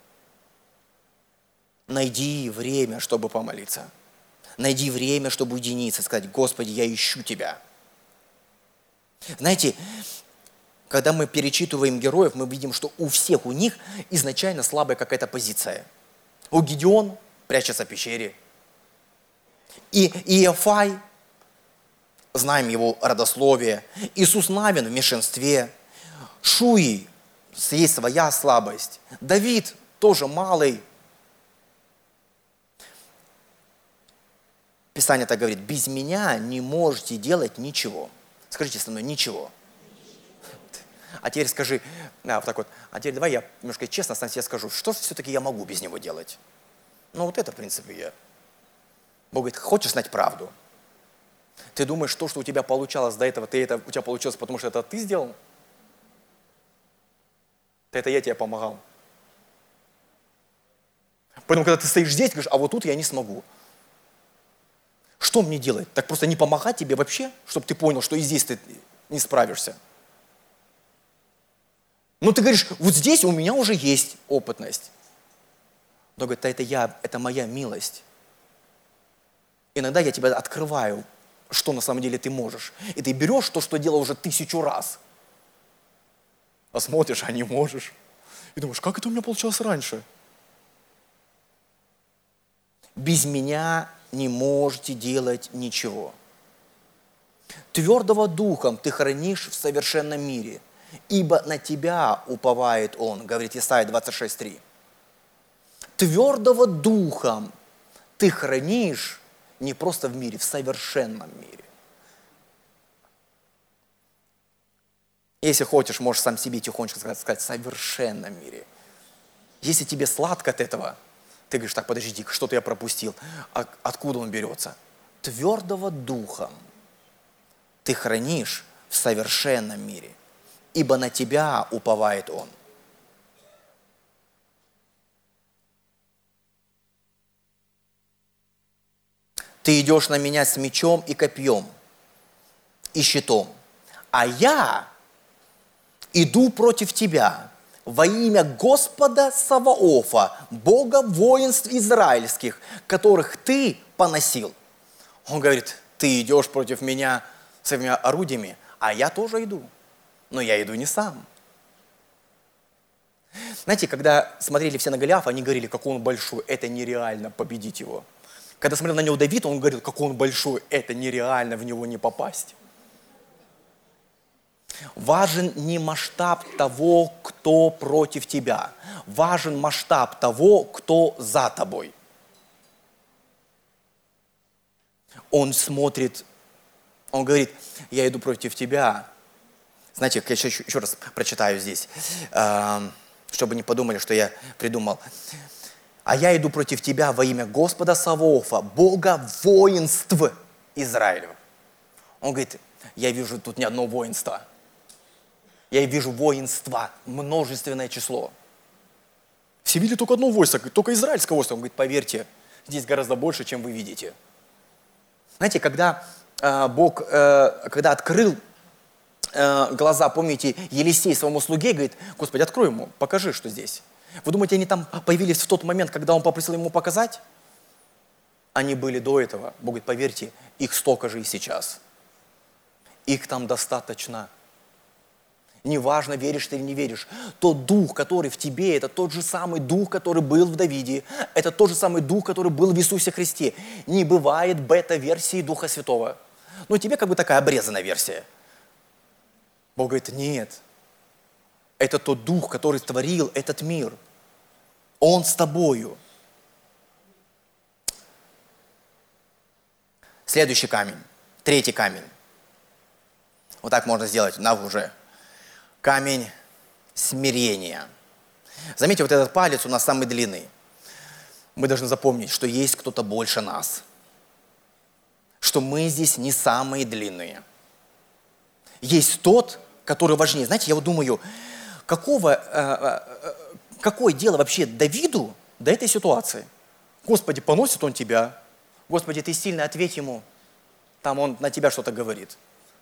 Найди время, чтобы помолиться. Найди время, чтобы уединиться, сказать, Господи, я ищу Тебя. Знаете, когда мы перечитываем героев, мы видим, что у всех у них изначально слабая какая-то позиция. У Гедеон прячется в пещере. И Иофай, знаем его родословие. Иисус Навин в меньшинстве. Шуи, есть своя слабость. Давид тоже малый. Писание так говорит, без меня не можете делать ничего. Скажите со мной, ничего. А теперь скажи, вот так вот, а теперь давай я немножко честно сам себе скажу, что все-таки я могу без него делать? Ну вот это, в принципе, я. Бог говорит, хочешь знать правду? Ты думаешь, то, что у тебя получалось до этого, у тебя получилось, потому что это ты сделал? Это я тебе помогал. Поэтому, когда ты стоишь здесь, говоришь, а вот тут я не смогу. Что мне делать? Так просто не помогать тебе вообще, чтобы ты понял, что и здесь ты не справишься. Ну, ты говоришь, вот здесь у меня уже есть опытность. Но говорит, это моя милость. Иногда я тебя открываю, что на самом деле ты можешь. И ты берешь то, что делал уже 1000 раз. А смотришь, а не можешь. И думаешь, как это у меня получалось раньше? Без меня не можете делать ничего. Твердого духом ты хранишь в совершенном мире, ибо на тебя уповает он, говорит Исайя 26:3. Твердого духом ты хранишь не просто в мире, в совершенном мире. Если хочешь, можешь сам себе тихонечко сказать, в совершенном мире. Если тебе сладко от этого, ты говоришь, так, подожди, что-то я пропустил. Откуда он берется? Твердого духом ты хранишь в совершенном мире, ибо на тебя уповает он. Ты идешь на меня с мечом и копьем, и щитом, а я иду против тебя во имя Господа Саваофа, Бога воинств израильских, которых ты поносил. Он говорит, ты идешь против меня своими орудиями, а я тоже иду, но я иду не сам. Знаете, когда смотрели все на Голиафа, они говорили, какой он большой, это нереально победить его. Когда смотрел на него Давид, он говорил, какой он большой, это нереально в него не попасть. Важен не масштаб того, кто против тебя. Важен масштаб того, кто за тобой. Он смотрит, он говорит, я иду против тебя. Знаете, я еще раз прочитаю здесь, чтобы не подумали, что я придумал. А я иду против тебя во имя Господа Саваофа, Бога воинств Израилю. Он говорит, я вижу тут не одно воинство. Я вижу воинство, множественное число. Все видели только одно войско, только израильское войско. Он говорит, поверьте, здесь гораздо больше, чем вы видите. Знаете, когда Бог, когда открыл глаза, помните, Елисей своему слуге, говорит, Господи, открой ему, покажи, что здесь. Вы думаете, они там появились в тот момент, когда он попросил ему показать? Они были до этого. Бог говорит, поверьте, их столько же и сейчас. Их там достаточно. Неважно, веришь ты или не веришь. Тот дух, который в тебе, это тот же самый дух, который был в Давиде. Это тот же самый дух, который был в Иисусе Христе. Не бывает бета-версии Духа Святого. Но тебе как бы такая обрезанная версия. Бог говорит, нет. Это тот дух, который творил этот мир. Он с тобою. Следующий камень. Третий камень. Вот так можно сделать, уже. Камень смирения. Заметьте, вот этот палец у нас самый длинный. Мы должны запомнить, что есть кто-то больше нас. Что мы здесь не самые длинные. Есть тот, который важнее. Знаете, я вот думаю, какое дело вообще Давиду до этой ситуации? Господи, поносит он тебя. Господи, ты сильно ответь ему. Там он на тебя что-то говорит.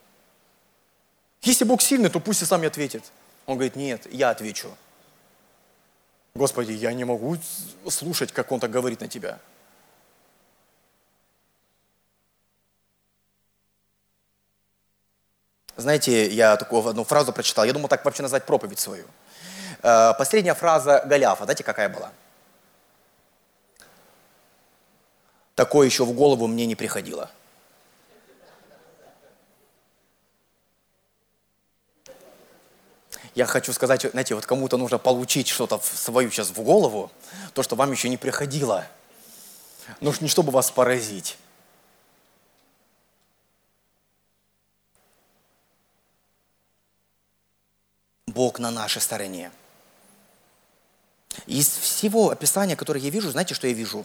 Если Бог сильный, то пусть и сам и ответит. Он говорит, нет, я отвечу. Господи, я не могу слушать, как он так говорит на тебя. Знаете, я такую одну фразу прочитал, я думал так вообще назвать проповедь свою. Последняя фраза Голиафа, знаете, какая была? Такое еще в голову мне не приходило. Я хочу сказать, знаете, вот кому-то нужно получить что-то свою сейчас в голову, то, что вам еще не приходило. Ну, не чтобы вас поразить. Бог на нашей стороне. Из всего описания, которое я вижу, знаете, что я вижу?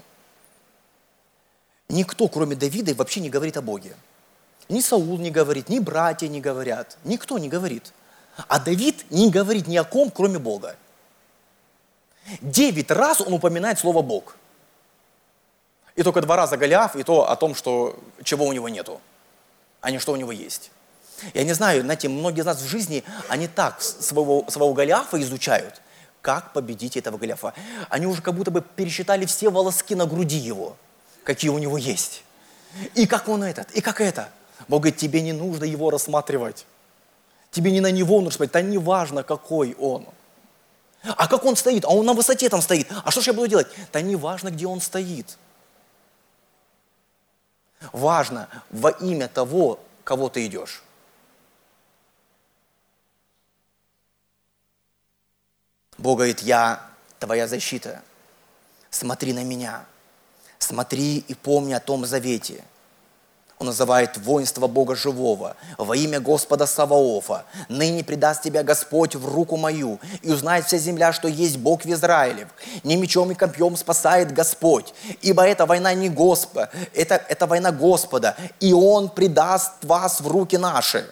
Никто, кроме Давида, вообще не говорит о Боге. Ни Саул не говорит, ни братья не говорят. Никто не говорит. А Давид не говорит ни о ком, кроме Бога. 9 раз он упоминает слово «Бог». И только 2 раза Голиаф, и то о том, что, чего у него нету, а не что у него есть. Я не знаю, знаете, многие из нас в жизни, они так своего Голиафа изучают, как победить этого Голиафа. Они уже как будто бы пересчитали все волоски на груди его, какие у него есть. И как он этот, и как это. Бог говорит, тебе не нужно его рассматривать. Тебе не на него нужно смотреть, да не важно, какой он. А как он стоит? А он на высоте там стоит. А что ж я буду делать? Да не важно, где он стоит. Важно во имя того, кого ты идешь. Бог говорит, я твоя защита. Смотри на меня. Смотри и помни о том завете. Он называет воинство Бога живого, во имя Господа Саваофа. Ныне предаст тебя Господь в руку мою, и узнает вся земля, что есть Бог в Израиле. Не мечом и копьем спасает Господь, ибо эта война не Господа, это война Господа, и Он предаст вас в руки наши.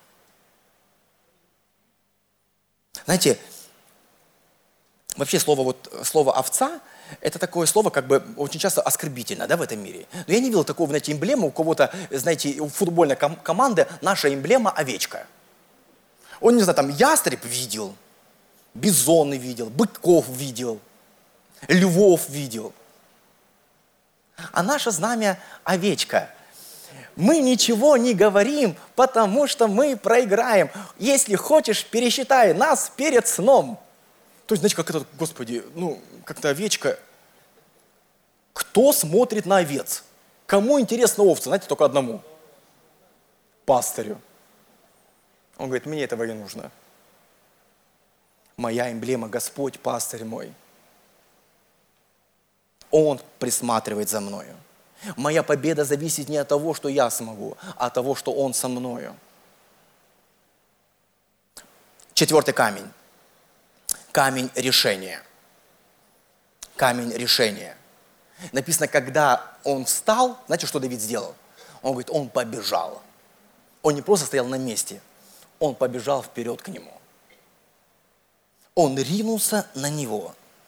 Знаете, вообще слово «овца» это такое слово, как бы, очень часто оскорбительно, да, в этом мире. Но я не видел такого, знаете, эмблемы у кого-то, знаете, у футбольной команды наша эмблема овечка. Он, не знаю, там ястреб видел, бизоны видел, быков видел, львов видел. А наше знамя овечка. Мы ничего не говорим, потому что мы проиграем. Если хочешь, пересчитай нас перед сном. То есть, знаете, как это, Господи, как-то овечка. Кто смотрит на овец? Кому интересны овцы? Знаете, только одному. Пастырю. Он говорит, мне этого не нужно. Моя эмблема, Господь, пастырь мой. Он присматривает за мною. Моя победа зависит не от того, что я смогу, а от того, что Он со мною. 4-й камень. Камень решения. Камень решения. Написано, когда он встал, знаете, что Давид сделал? Он говорит, он побежал. Он не просто стоял на месте, он побежал вперед к нему. Он ринулся на него.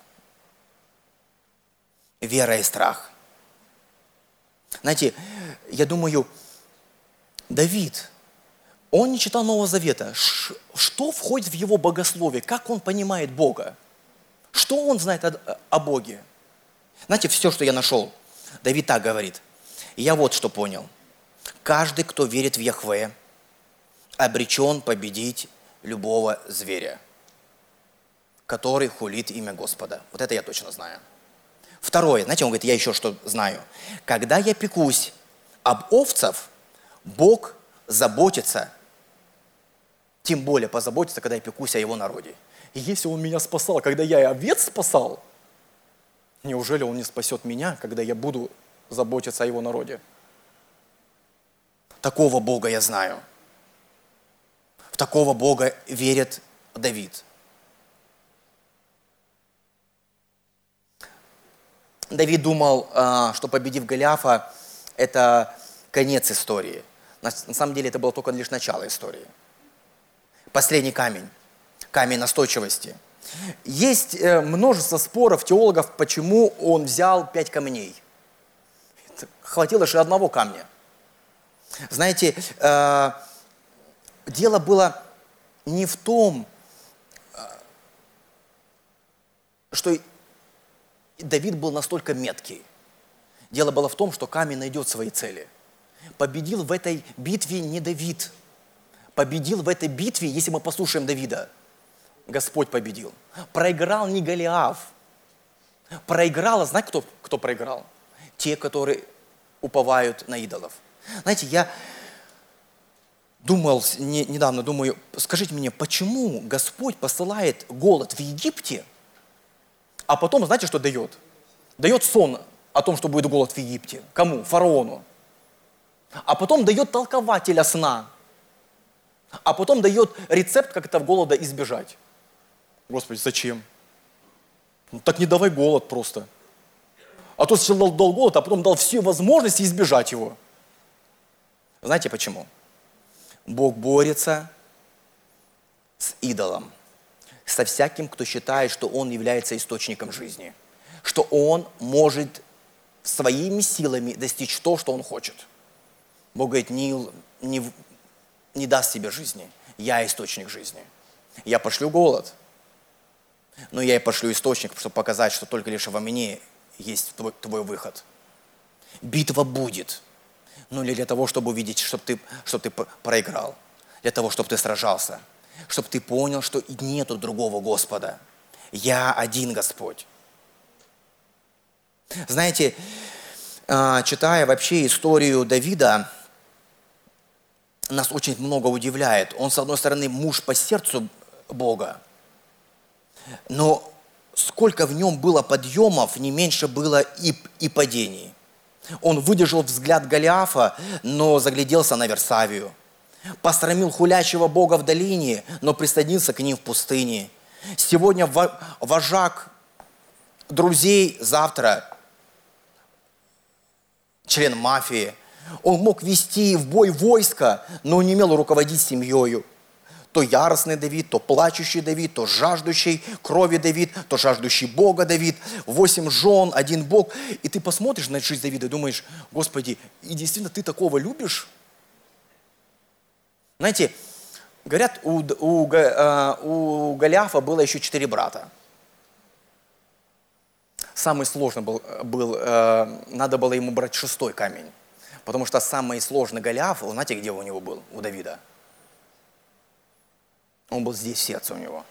Вера и страх. Знаете, я думаю, Давид, он не читал Нового Завета. Что входит в его богословие? Как он понимает Бога? Что он знает о Боге? Знаете, все, что я нашел, Давид так говорит. Я вот что понял. Каждый, кто верит в Яхве, обречен победить любого зверя, который хулит имя Господа. Вот это я точно знаю. Второе, знаете, он говорит, я еще что знаю. Когда я пекусь об овцах, Бог заботится, тем более позаботится, когда я пекусь о его народе. И если он меня спасал, когда я и овец спасал, неужели он не спасет меня, когда я буду заботиться о его народе? Такого Бога я знаю. В такого Бога верит Давид. Давид думал, что победив Голиафа, это конец истории. На самом деле это было только лишь начало истории. Последний камень. Камень настойчивости. Есть множество споров теологов, почему он взял 5 камней. Хватило лишь одного камня. Знаете, дело было не в том, что Давид был настолько меткий. Дело было в том, что камень найдет свои цели. Победил в этой битве не Давид. Победил в этой битве, если мы послушаем Давида, Господь победил. Проиграл не Голиаф. Проиграл, знаете, кто проиграл? Те, которые уповают на идолов. Знаете, я думал, недавно думаю, скажите мне, почему Господь посылает голод в Египте, а потом, знаете, что дает? Дает сон о том, что будет голод в Египте. Кому? Фараону. А потом дает толкователя сна. А потом дает рецепт, как этого голода избежать. Господи, зачем? Ну, так не давай голод просто. А то сначала дал голод, а потом дал все возможности избежать его. Знаете почему? Бог борется с идолом, со всяким, кто считает, что он является источником жизни, что он может своими силами достичь то, что он хочет. Бог говорит, не даст тебе жизни, я источник жизни. Я пошлю голод, но я и пошлю источник, чтобы показать, что только лишь во мне есть твой выход. Битва будет, но не для того, чтобы увидеть, чтобы ты проиграл, для того, чтобы ты сражался, чтобы ты понял, что нету другого Господа. Я один Господь. Знаете, читая вообще историю Давида, нас очень много удивляет. Он, с одной стороны, муж по сердцу Бога, но сколько в нем было подъемов, не меньше было и падений. Он выдержал взгляд Голиафа, но загляделся на Версавию. Посрамил хулящего Бога в долине, но присоединился к ним в пустыне. Сегодня вожак друзей, завтра член мафии. Он мог вести в бой войско, но не умел руководить семьей. То яростный Давид, то плачущий Давид, то жаждущий крови Давид, то жаждущий Бога Давид. 8 жен, 1 Бог. И ты посмотришь на жизнь Давида и думаешь, Господи, и действительно ты такого любишь? Знаете, говорят, у Голиафа было еще 4 брата. Самый сложный был, надо было ему брать 6-й камень. Потому что самый сложный Голиаф, знаете, где у него был, у Давида? Он был здесь, в сердце у него.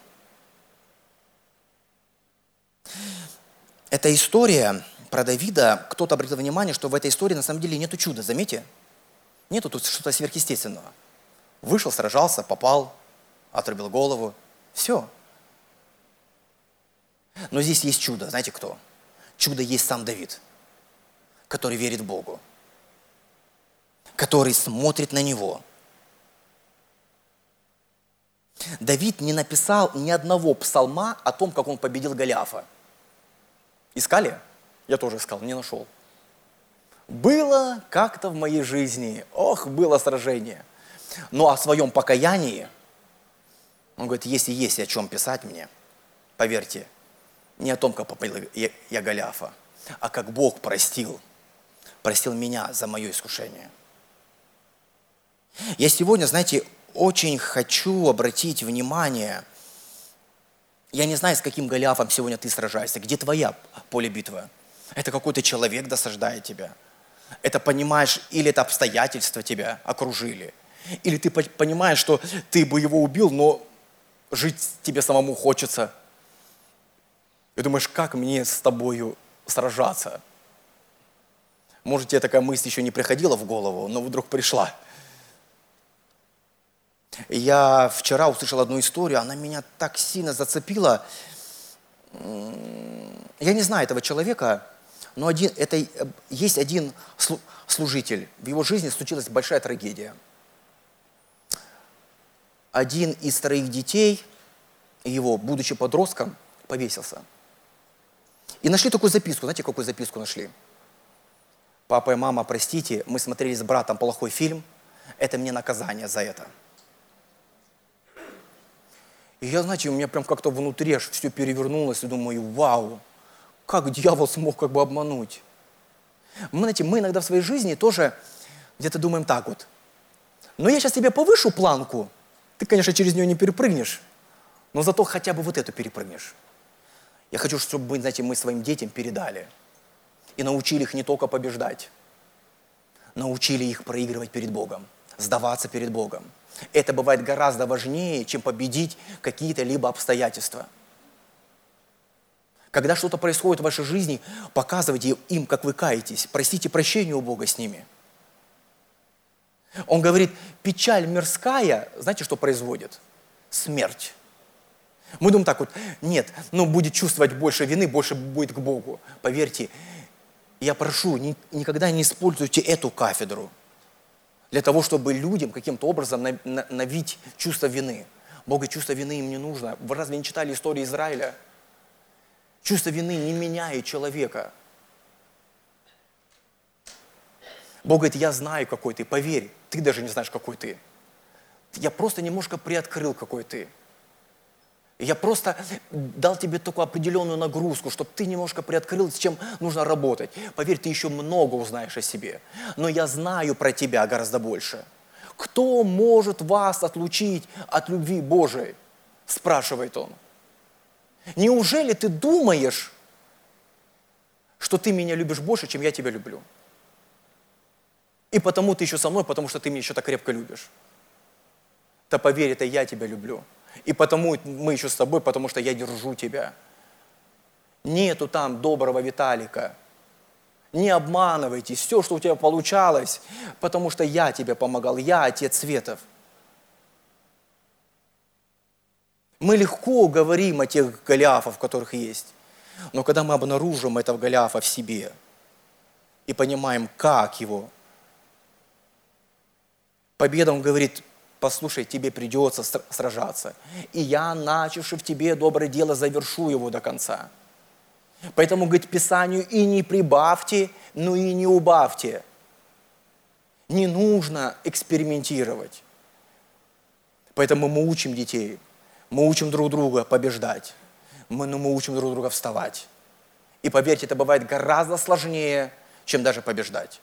Эта история про Давида, кто-то обратил внимание, что в этой истории на самом деле нету чуда, заметьте? Нету тут что-то сверхъестественного. Вышел, сражался, попал, отрубил голову. Все. Но здесь есть чудо. Знаете кто? Чудо есть сам Давид, который верит Богу, который смотрит на Него. Давид не написал ни одного псалма о том, как он победил Голиафа. Искали? Я тоже искал, не нашел. Было как-то в моей жизни, было сражение. Но о своем покаянии, он говорит, если есть о чем писать мне, поверьте, не о том, как победил я Голиафа, а как Бог простил меня за мое искушение. Я сегодня, знаете, очень хочу обратить внимание, я не знаю, с каким Голиафом сегодня ты сражаешься, где твоя поле битвы. Это какой-то человек досаждает тебя. Это понимаешь, или это обстоятельства тебя окружили. Или ты понимаешь, что ты бы его убил, но жить тебе самому хочется. И думаешь, как мне с тобою сражаться? Может, тебе такая мысль еще не приходила в голову, но вдруг пришла. Я вчера услышал одну историю, она меня так сильно зацепила. Я не знаю этого человека, но есть один служитель. В его жизни случилась большая трагедия. Один из 3 детей его, будучи подростком, повесился. И нашли такую записку. Знаете, какую записку нашли? Папа и мама, простите, мы смотрели с братом плохой фильм. Это мне наказание за это. И я, знаете, у меня прям как-то внутри аж все перевернулось. И думаю, вау, как дьявол смог как бы обмануть. Знаете, мы иногда в своей жизни тоже где-то думаем так вот. Но я сейчас тебе повышу планку. Ты, конечно, через нее не перепрыгнешь. Но зато хотя бы вот эту перепрыгнешь. Я хочу, чтобы, знаете, мы своим детям передали. И научили их не только побеждать. Научили их проигрывать перед Богом. Сдаваться перед Богом. Это бывает гораздо важнее, чем победить какие-то либо обстоятельства. Когда что-то происходит в вашей жизни, показывайте им, как вы каетесь. Просите прощения у Бога с ними. Он говорит, печаль мирская, знаете, что производит? Смерть. Мы думаем так вот, нет, будет чувствовать больше вины, больше будет к Богу. Поверьте, я прошу, никогда не используйте эту кафедру для того, чтобы людям каким-то образом навить чувство вины. Богу чувство вины им не нужно. Вы разве не читали историю Израиля? Чувство вины не меняет человека. Бог говорит, я знаю, какой ты, поверь, ты даже не знаешь, какой ты. Я просто немножко приоткрыл, какой ты. Я просто дал тебе такую определенную нагрузку, чтобы ты немножко приоткрыл, с чем нужно работать. Поверь, ты еще много узнаешь о себе. Но я знаю про тебя гораздо больше. Кто может вас отлучить от любви Божией? Спрашивает он. Неужели ты думаешь, что ты меня любишь больше, чем я тебя люблю? И потому ты еще со мной, потому что ты меня еще так крепко любишь. Да поверь, это я тебя люблю. И потому мы еще с тобой, потому что я держу тебя. Нету там доброго Виталика. Не обманывайтесь. Все, что у тебя получалось, потому что я тебе помогал. Я Отец Светов. Мы легко говорим о тех Голиафах, которых есть. Но когда мы обнаружим этого Голиафа в себе и понимаем, как его, победа, он говорит, послушай, тебе придется сражаться. И я, начавший в тебе доброе дело, завершу его до конца. Поэтому, говорит, Писанию, и не прибавьте, но и не убавьте. Не нужно экспериментировать. Поэтому мы учим детей, мы учим друг друга побеждать, мы учим друг друга вставать. И поверьте, это бывает гораздо сложнее, чем даже побеждать.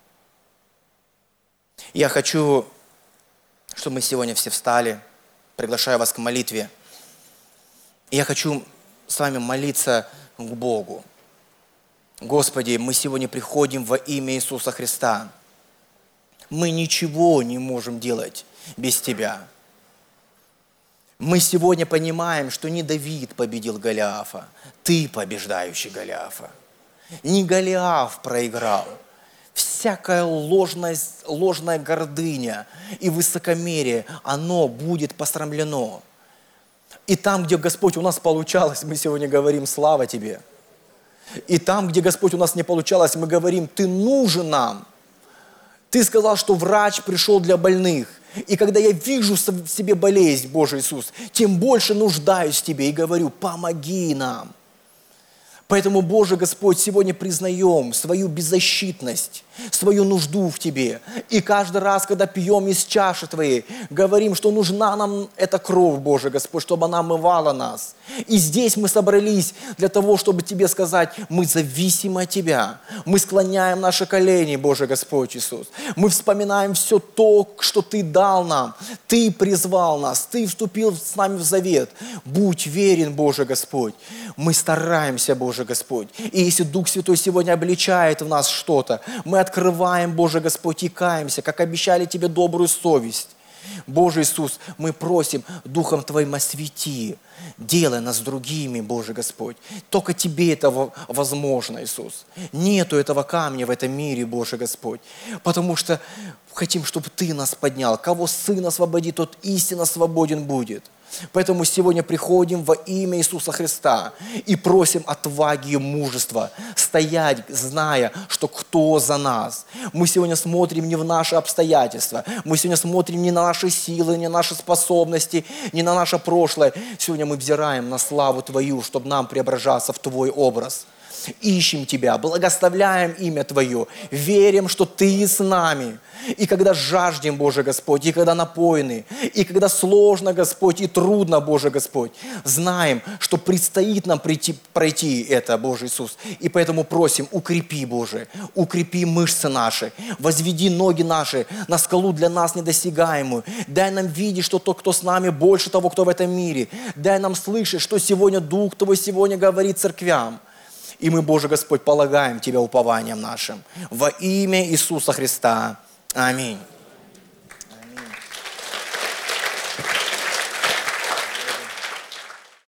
Я хочу, чтобы мы сегодня все встали. Приглашаю вас к молитве. И я хочу с вами молиться к Богу. Господи, мы сегодня приходим во имя Иисуса Христа. Мы ничего не можем делать без Тебя. Мы сегодня понимаем, что не Давид победил Голиафа, Ты побеждающий Голиафа. Не Голиаф проиграл. Всякая ложная гордыня и высокомерие, оно будет посрамлено. И там, где, Господь, у нас получалось, мы сегодня говорим, слава Тебе. И там, где, Господь, у нас не получалось, мы говорим, Ты нужен нам. Ты сказал, что врач пришел для больных. И когда я вижу в себе болезнь, Боже Иисус, тем больше нуждаюсь в Тебе и говорю, помоги нам. Поэтому, Боже Господь, сегодня признаем свою беззащитность, свою нужду в Тебе. И каждый раз, когда пьем из чаши Твоей, говорим, что нужна нам эта кровь, Боже Господь, чтобы она омывала нас. И здесь мы собрались для того, чтобы Тебе сказать, мы зависимы от Тебя. Мы склоняем наши колени, Боже Господь Иисус. Мы вспоминаем все то, что Ты дал нам. Ты призвал нас, Ты вступил с нами в завет. Будь верен, Боже Господь. Мы стараемся, Боже Господь. И если Дух Святой сегодня обличает в нас что-то, мы открываем, Боже Господь, и каемся, как обещали Тебе добрую совесть. Боже Иисус, мы просим, Духом Твоим освети, делай нас другими, Боже Господь. Только Тебе это возможно, Иисус. Нету этого камня в этом мире, Боже Господь. Потому что хотим, чтобы Ты нас поднял. Кого Сын освободит, тот истинно свободен будет. Поэтому сегодня приходим во имя Иисуса Христа и просим отваги и мужества стоять, зная, что кто за нас. Мы сегодня смотрим не в наши обстоятельства, мы сегодня смотрим не на наши силы, не на наши способности, не на наше прошлое. Сегодня мы взираем на славу Твою, чтобы нам преображаться в Твой образ. Ищем Тебя, благословляем имя Твое, верим, что Ты с нами. И когда жаждем, Боже Господь, и когда напоены, и когда сложно, Господь, и трудно, Боже Господь, знаем, что предстоит нам пройти это, Боже Иисус. И поэтому просим, укрепи, Боже, укрепи мышцы наши, возведи ноги наши на скалу для нас недосягаемую. Дай нам видеть, что тот, кто с нами, больше того, кто в этом мире. Дай нам слышать, что сегодня Дух Твой сегодня говорит церквям. И мы, Боже Господь, полагаем Тебя упованием нашим. Во имя Иисуса Христа. Аминь.